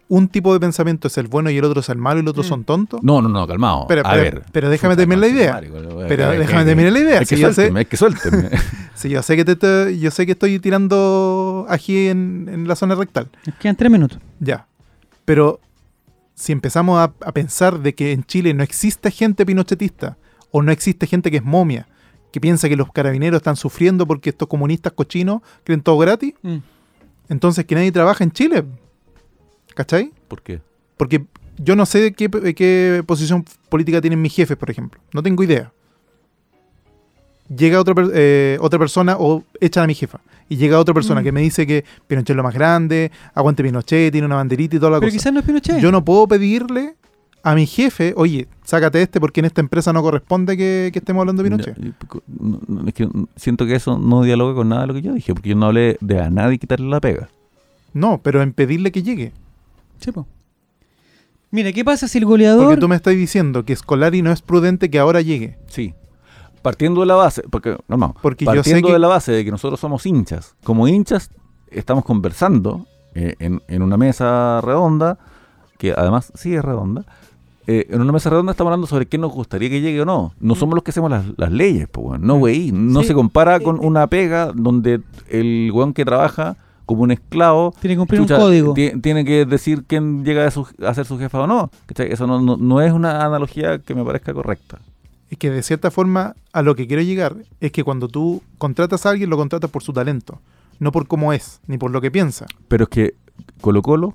un tipo de pensamiento es el bueno y el otro es el malo y el otro Mm. son tontos. No, no, no, calmado. Pero, a pero- ver. pero déjame Puta, terminar la idea. marico, Pero es déjame que- terminar la idea. Es que Si yo sé, suélteme, es que suélteme. si yo sé que te estoy- yo sé que estoy tirando ají en, en la zona rectal. Nos quedan tres minutos. Ya. Pero si empezamos a, a pensar de que en Chile no existe gente pinochetista o no existe gente que es momia, que piensa que los carabineros están sufriendo porque estos comunistas cochinos creen todo gratis, Mm. entonces que nadie trabaja en Chile. ¿Cachai? ¿Por qué? Porque yo no sé qué, qué posición política tienen mis jefes, por ejemplo. No tengo idea. Llega otra, per- eh, otra persona o echan a mi jefa. Y llega otra persona Mm. que me dice que Pinochet es lo más grande, aguante Pinochet, tiene una banderita y toda la Pero cosa. quizás no es Pinochet. Yo no puedo pedirle a mi jefe, oye, sácate este porque en esta empresa no corresponde que, que estemos hablando de Pinochet. Ya, no, no, es que siento que eso no dialoga con nada de lo que yo dije, porque yo no hablé de a nadie quitarle la pega. No, pero en pedirle que llegue. Sí, po. Mira, ¿qué pasa si el goleador... Porque tú me estás diciendo que Scolari no es prudente que ahora llegue. Sí. Partiendo de la base, porque, no, no, Porque yo partiendo sé que- de la base de que nosotros somos hinchas. Como hinchas, estamos conversando eh, en, en una mesa redonda, que además sí es redonda. Eh, en una mesa redonda estamos hablando sobre qué nos gustaría que llegue o no. No somos los que hacemos las, las leyes, pues, weón. No, güey. No Sí. se compara Eh, con eh. una pega donde el weón que trabaja como un esclavo Tiene que cumplir chucha, un código. ti- tiene que decir quién llega a, su- a ser su jefa o no. ¿Cachai? Eso no, no, no es una analogía que me parezca correcta. Es que de cierta forma a lo que quiero llegar es que cuando tú contratas a alguien lo contratas por su talento, no por cómo es, ni por lo que piensa. Pero es que Colo Colo...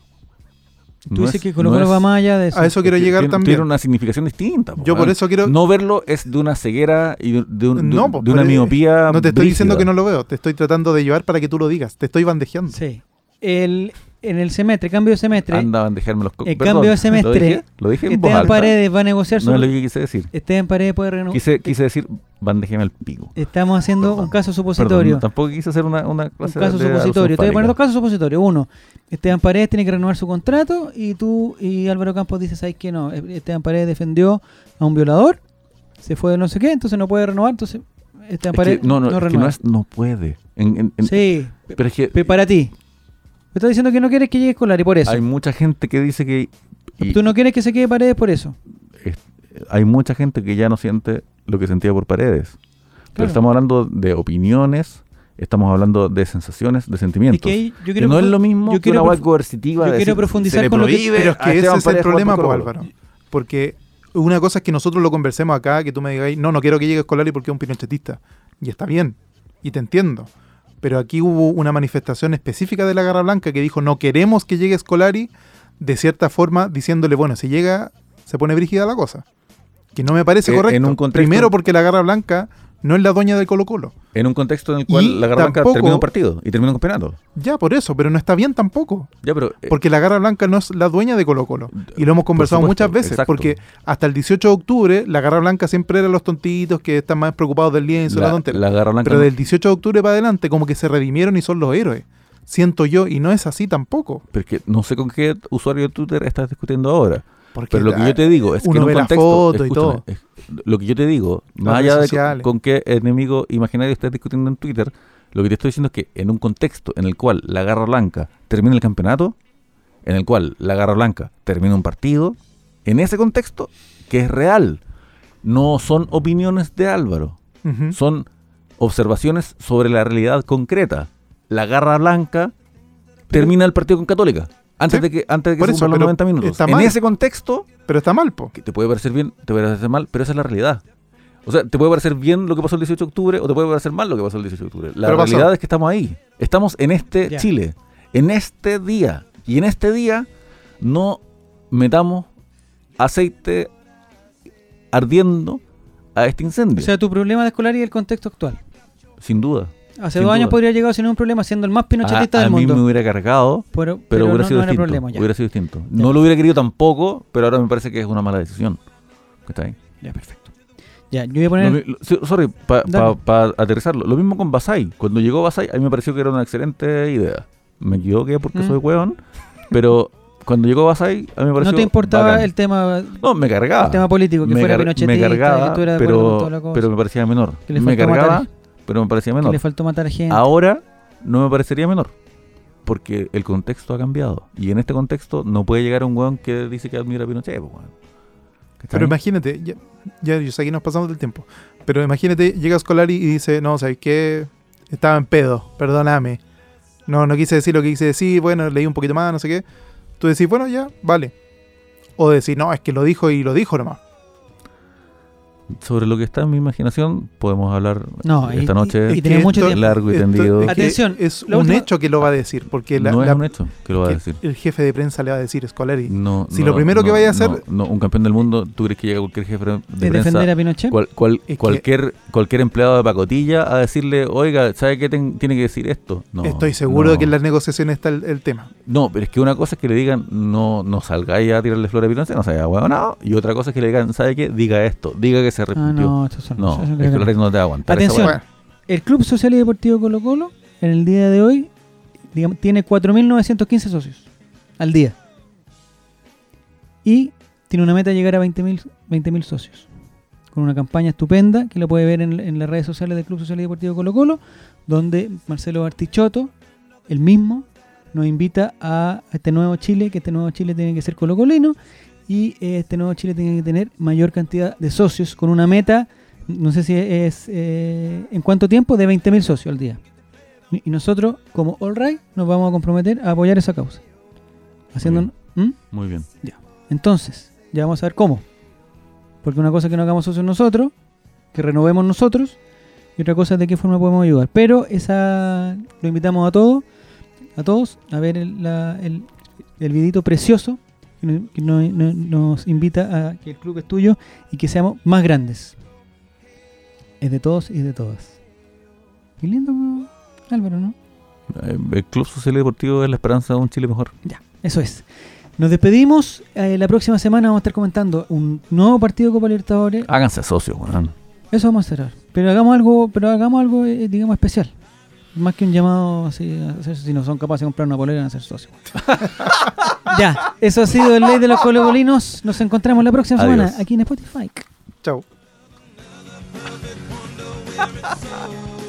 Tú dices que Colo Colo va más allá de eso. A eso quiero llegar tiene, también. Tiene una significación distinta. po, Yo por weón. eso quiero... No verlo es de una ceguera y de, de un- de- No, pues, de una pero, eh, miopía. No te estoy diciendo brígida. que no lo veo, te estoy tratando de llevar para que tú lo digas, te estoy bandejeando. Sí. El, en el semestre, cambio de semestre, Anda a bandejarme los co- el Perdón, cambio de semestre, Lo dije, lo dije en voz Esteban alta. Paredes va a negociar su... No es lo que quise decir. Esteban Paredes puede renovar. Quise, quise decir bandejeme el pico. Estamos haciendo Perdón. un caso Perdón, supositorio. tampoco quise hacer una, una Un clase caso de supositorio. Te voy a poner dos alusión casos supositorios. Uno, Esteban Paredes tiene que renovar su contrato y tú y Álvaro Campos dices, ¿sabes qué? No, Esteban Paredes defendió a un violador, se fue de no sé qué, entonces no puede renovar, entonces Esteban fálica. Paredes Es que, no, no, no es que renueva. no, es, no puede. En- en- en- Sí, Pero es que pero para ti. Me estás diciendo que no quieres que llegue Scolari por eso. hay mucha gente que dice que... y- Tú no quieres que se quede Paredes por eso. es- hay mucha gente que ya no siente lo que sentía por Paredes. Pero Claro. estamos hablando de opiniones, estamos hablando de sensaciones, de Es sentimientos. que ahí yo Que quiero no es profu- lo mismo yo que quiero una hueá profu- coercitiva. yo de quiero decir, profundizar se le con lo que- prohíbe Pero es a que ese Esteban es el Paredes jugar problema, por po, Colo-Colo. Álvaro. Porque una cosa es que nosotros lo conversemos acá, que tú me digas, no, no quiero que llegue Scolari porque es un pinochetista. Y está bien, y te entiendo. Pero aquí hubo una manifestación específica de la Garra Blanca que dijo, no queremos que llegue Scolari, de cierta forma diciéndole, bueno, si llega, se pone brígida la cosa. Que no me parece Eh, correcto. en un contexto- Primero porque la Garra Blanca no es la dueña del Colo Colo. En un contexto en el cual Y la Garra Blanca tampoco- termina un partido y termina un campeonato. Ya, por eso, pero no está bien tampoco. Ya, pero... eh, Porque la Garra Blanca no es la dueña de Colo Colo. Y lo hemos conversado supuesto, muchas veces. exacto. Porque hasta el dieciocho de octubre, la Garra Blanca siempre era los tontitos que están más preocupados del lienzo, la, la, tontera. la Garra Blanca... Pero no- del dieciocho de octubre para adelante, como que se redimieron y son los héroes. Siento yo, y no es así tampoco. pero es que no sé con qué usuario de Twitter estás discutiendo ahora. Porque Pero lo que la- yo te digo es que uno en un ve la contexto... foto y escúchame, todo. es- lo que yo te digo, Las más redes allá de sociales. con, con qué enemigo imaginario estés discutiendo en Twitter, lo que te estoy diciendo es que en un contexto en el cual la Garra Blanca termina el campeonato, en el cual la Garra Blanca termina un partido, en ese contexto, que es real, no son opiniones de Álvaro, Ujú. son observaciones sobre la realidad concreta. La Garra Blanca termina el partido con Católica, antes Sí, de que antes de que por se eso, cumplan los pero noventa minutos. está En mal. ese contexto, Pero está mal, po. que te puede parecer bien, te puede parecer mal, pero esa es la realidad. O sea, te puede parecer bien lo que pasó el dieciocho de octubre o te puede parecer mal lo que pasó el dieciocho de octubre. La Pero pasó. realidad es que estamos ahí. Estamos en este Ya. Chile, en este día. Y en este día no metamos aceite ardiendo a este incendio. O sea, tu problema de Scolari es el contexto actual. sin duda. Hace Sin dos años duda. podría haber llegado sin ningún problema, siendo el más A, pinochetista a del mí mundo. me hubiera cargado, Pero, pero, pero hubiera no, sido no era distinto. problema ya. Hubiera sido distinto. Ya. No lo hubiera querido tampoco, pero ahora me parece que es una mala decisión. ¿Está ahí? Ya, perfecto. Ya, yo voy a poner... Lo mi- lo- sí, sorry, para Dale. aterrizarlo. Lo mismo con Basay. Cuando llegó Basay, a mí me pareció que era una excelente idea. Me equivoqué porque Mm. soy hueón, pero cuando llegó Basay, a mí me pareció. no te importaba bacán. el tema, No, me cargaba. el tema político, que me, fuera car- pinochetista, me cargaba, que tú eras de acuerdo con pero, toda la cosa, pero me parecía menor. Que le Me faltó cargaba, matar- pero me parecía que menor. le faltó matar a gente. Ahora no me parecería menor. porque el contexto ha cambiado. Y en este contexto no puede llegar un weón que dice que admira a Pinochet, pues, weón. ¿Cachai? Pero imagínate, ya, ya yo sé que nos pasamos del tiempo, pero imagínate, llega Scolari y dice, no, ¿sabes qué? Estaba en pedo, perdóname. No, no quise decir lo que quise decir, bueno, leí un poquito más, no sé qué. Tú decís, bueno, ya, vale. O decís, no, es que lo dijo y lo dijo nomás. Sobre lo que está en mi imaginación podemos hablar No, esta y- noche y- y tenemos mucho tiempo. largo y esto- tendido. es que Atención, es la un última- hecho que lo va a decir, porque la- no la- es un hecho que lo va a que decir. el jefe de prensa le va a decir Scolari. No, Si no, lo primero no, que vaya a no, hacer- no, un campeón del mundo, ¿tú crees que llega cualquier jefe de de prensa? defender a Pinochet. Cual- cual- Es que- cualquier cualquier empleado de pacotilla a decirle, oiga, ¿sabe qué ten- tiene que decir esto? No, Estoy seguro no. de que en las negociaciones está el, el tema. No, pero es que una cosa es que le digan, no, no salgáis a tirarle flores a Pinochet, no se haya huevonao. Y otra cosa es que le digan, ¿sabe qué? Diga esto, diga que se Ah, arrepintió. no, estos son, no, eso creo es que que no. Lores no te va a aguantar. esa Atención. hueá. Bueno, El Club Social y Deportivo Colo Colo, en el día de hoy, digamos, tiene cuatro mil novecientos quince socios al día. Y tiene una meta de llegar a veinte mil socios. Con una campaña estupenda que la puede ver en, en las redes sociales del Club Social y Deportivo Colo Colo, donde Marcelo Bartichotto, el mismo, nos invita a este nuevo Chile, que este nuevo Chile tiene que ser colocolino, y eh, este nuevo Chile tiene que tener mayor cantidad de socios, con una meta, no sé si es eh, en cuánto tiempo, de veinte mil socios al día. Y y nosotros, como All Right, nos vamos a comprometer a apoyar esa causa. Haciendo, ¿Mm? Muy bien. Entonces, ya vamos a ver cómo. Porque una cosa es que nos hagamos socios nosotros, que renovemos nosotros, y otra cosa es de qué forma podemos ayudar. Pero esa lo invitamos a todos, a todos, a ver el, la- el, el videito precioso que, nos, que nos- nos- nos invita a que el club es tuyo y que seamos más grandes. Es de todos y de todas. Qué lindo, Álvaro, ¿no? Eh, El Club Social y Deportivo es la esperanza de un Chile mejor. Ya, eso es. Nos despedimos. Eh, la próxima semana vamos a estar comentando un nuevo partido de Copa Libertadores. Háganse socios, weón. Eso vamos a cerrar. Pero hagamos algo, pero hagamos algo, eh, digamos, especial. Más que un llamado así a hacer, si no son capaces de comprar una polera, van a ser socios. Ya, eso ha sido el Ley de los Colobolinos. Nos encontramos la próxima Adiós. semana aquí en Spotify. chao.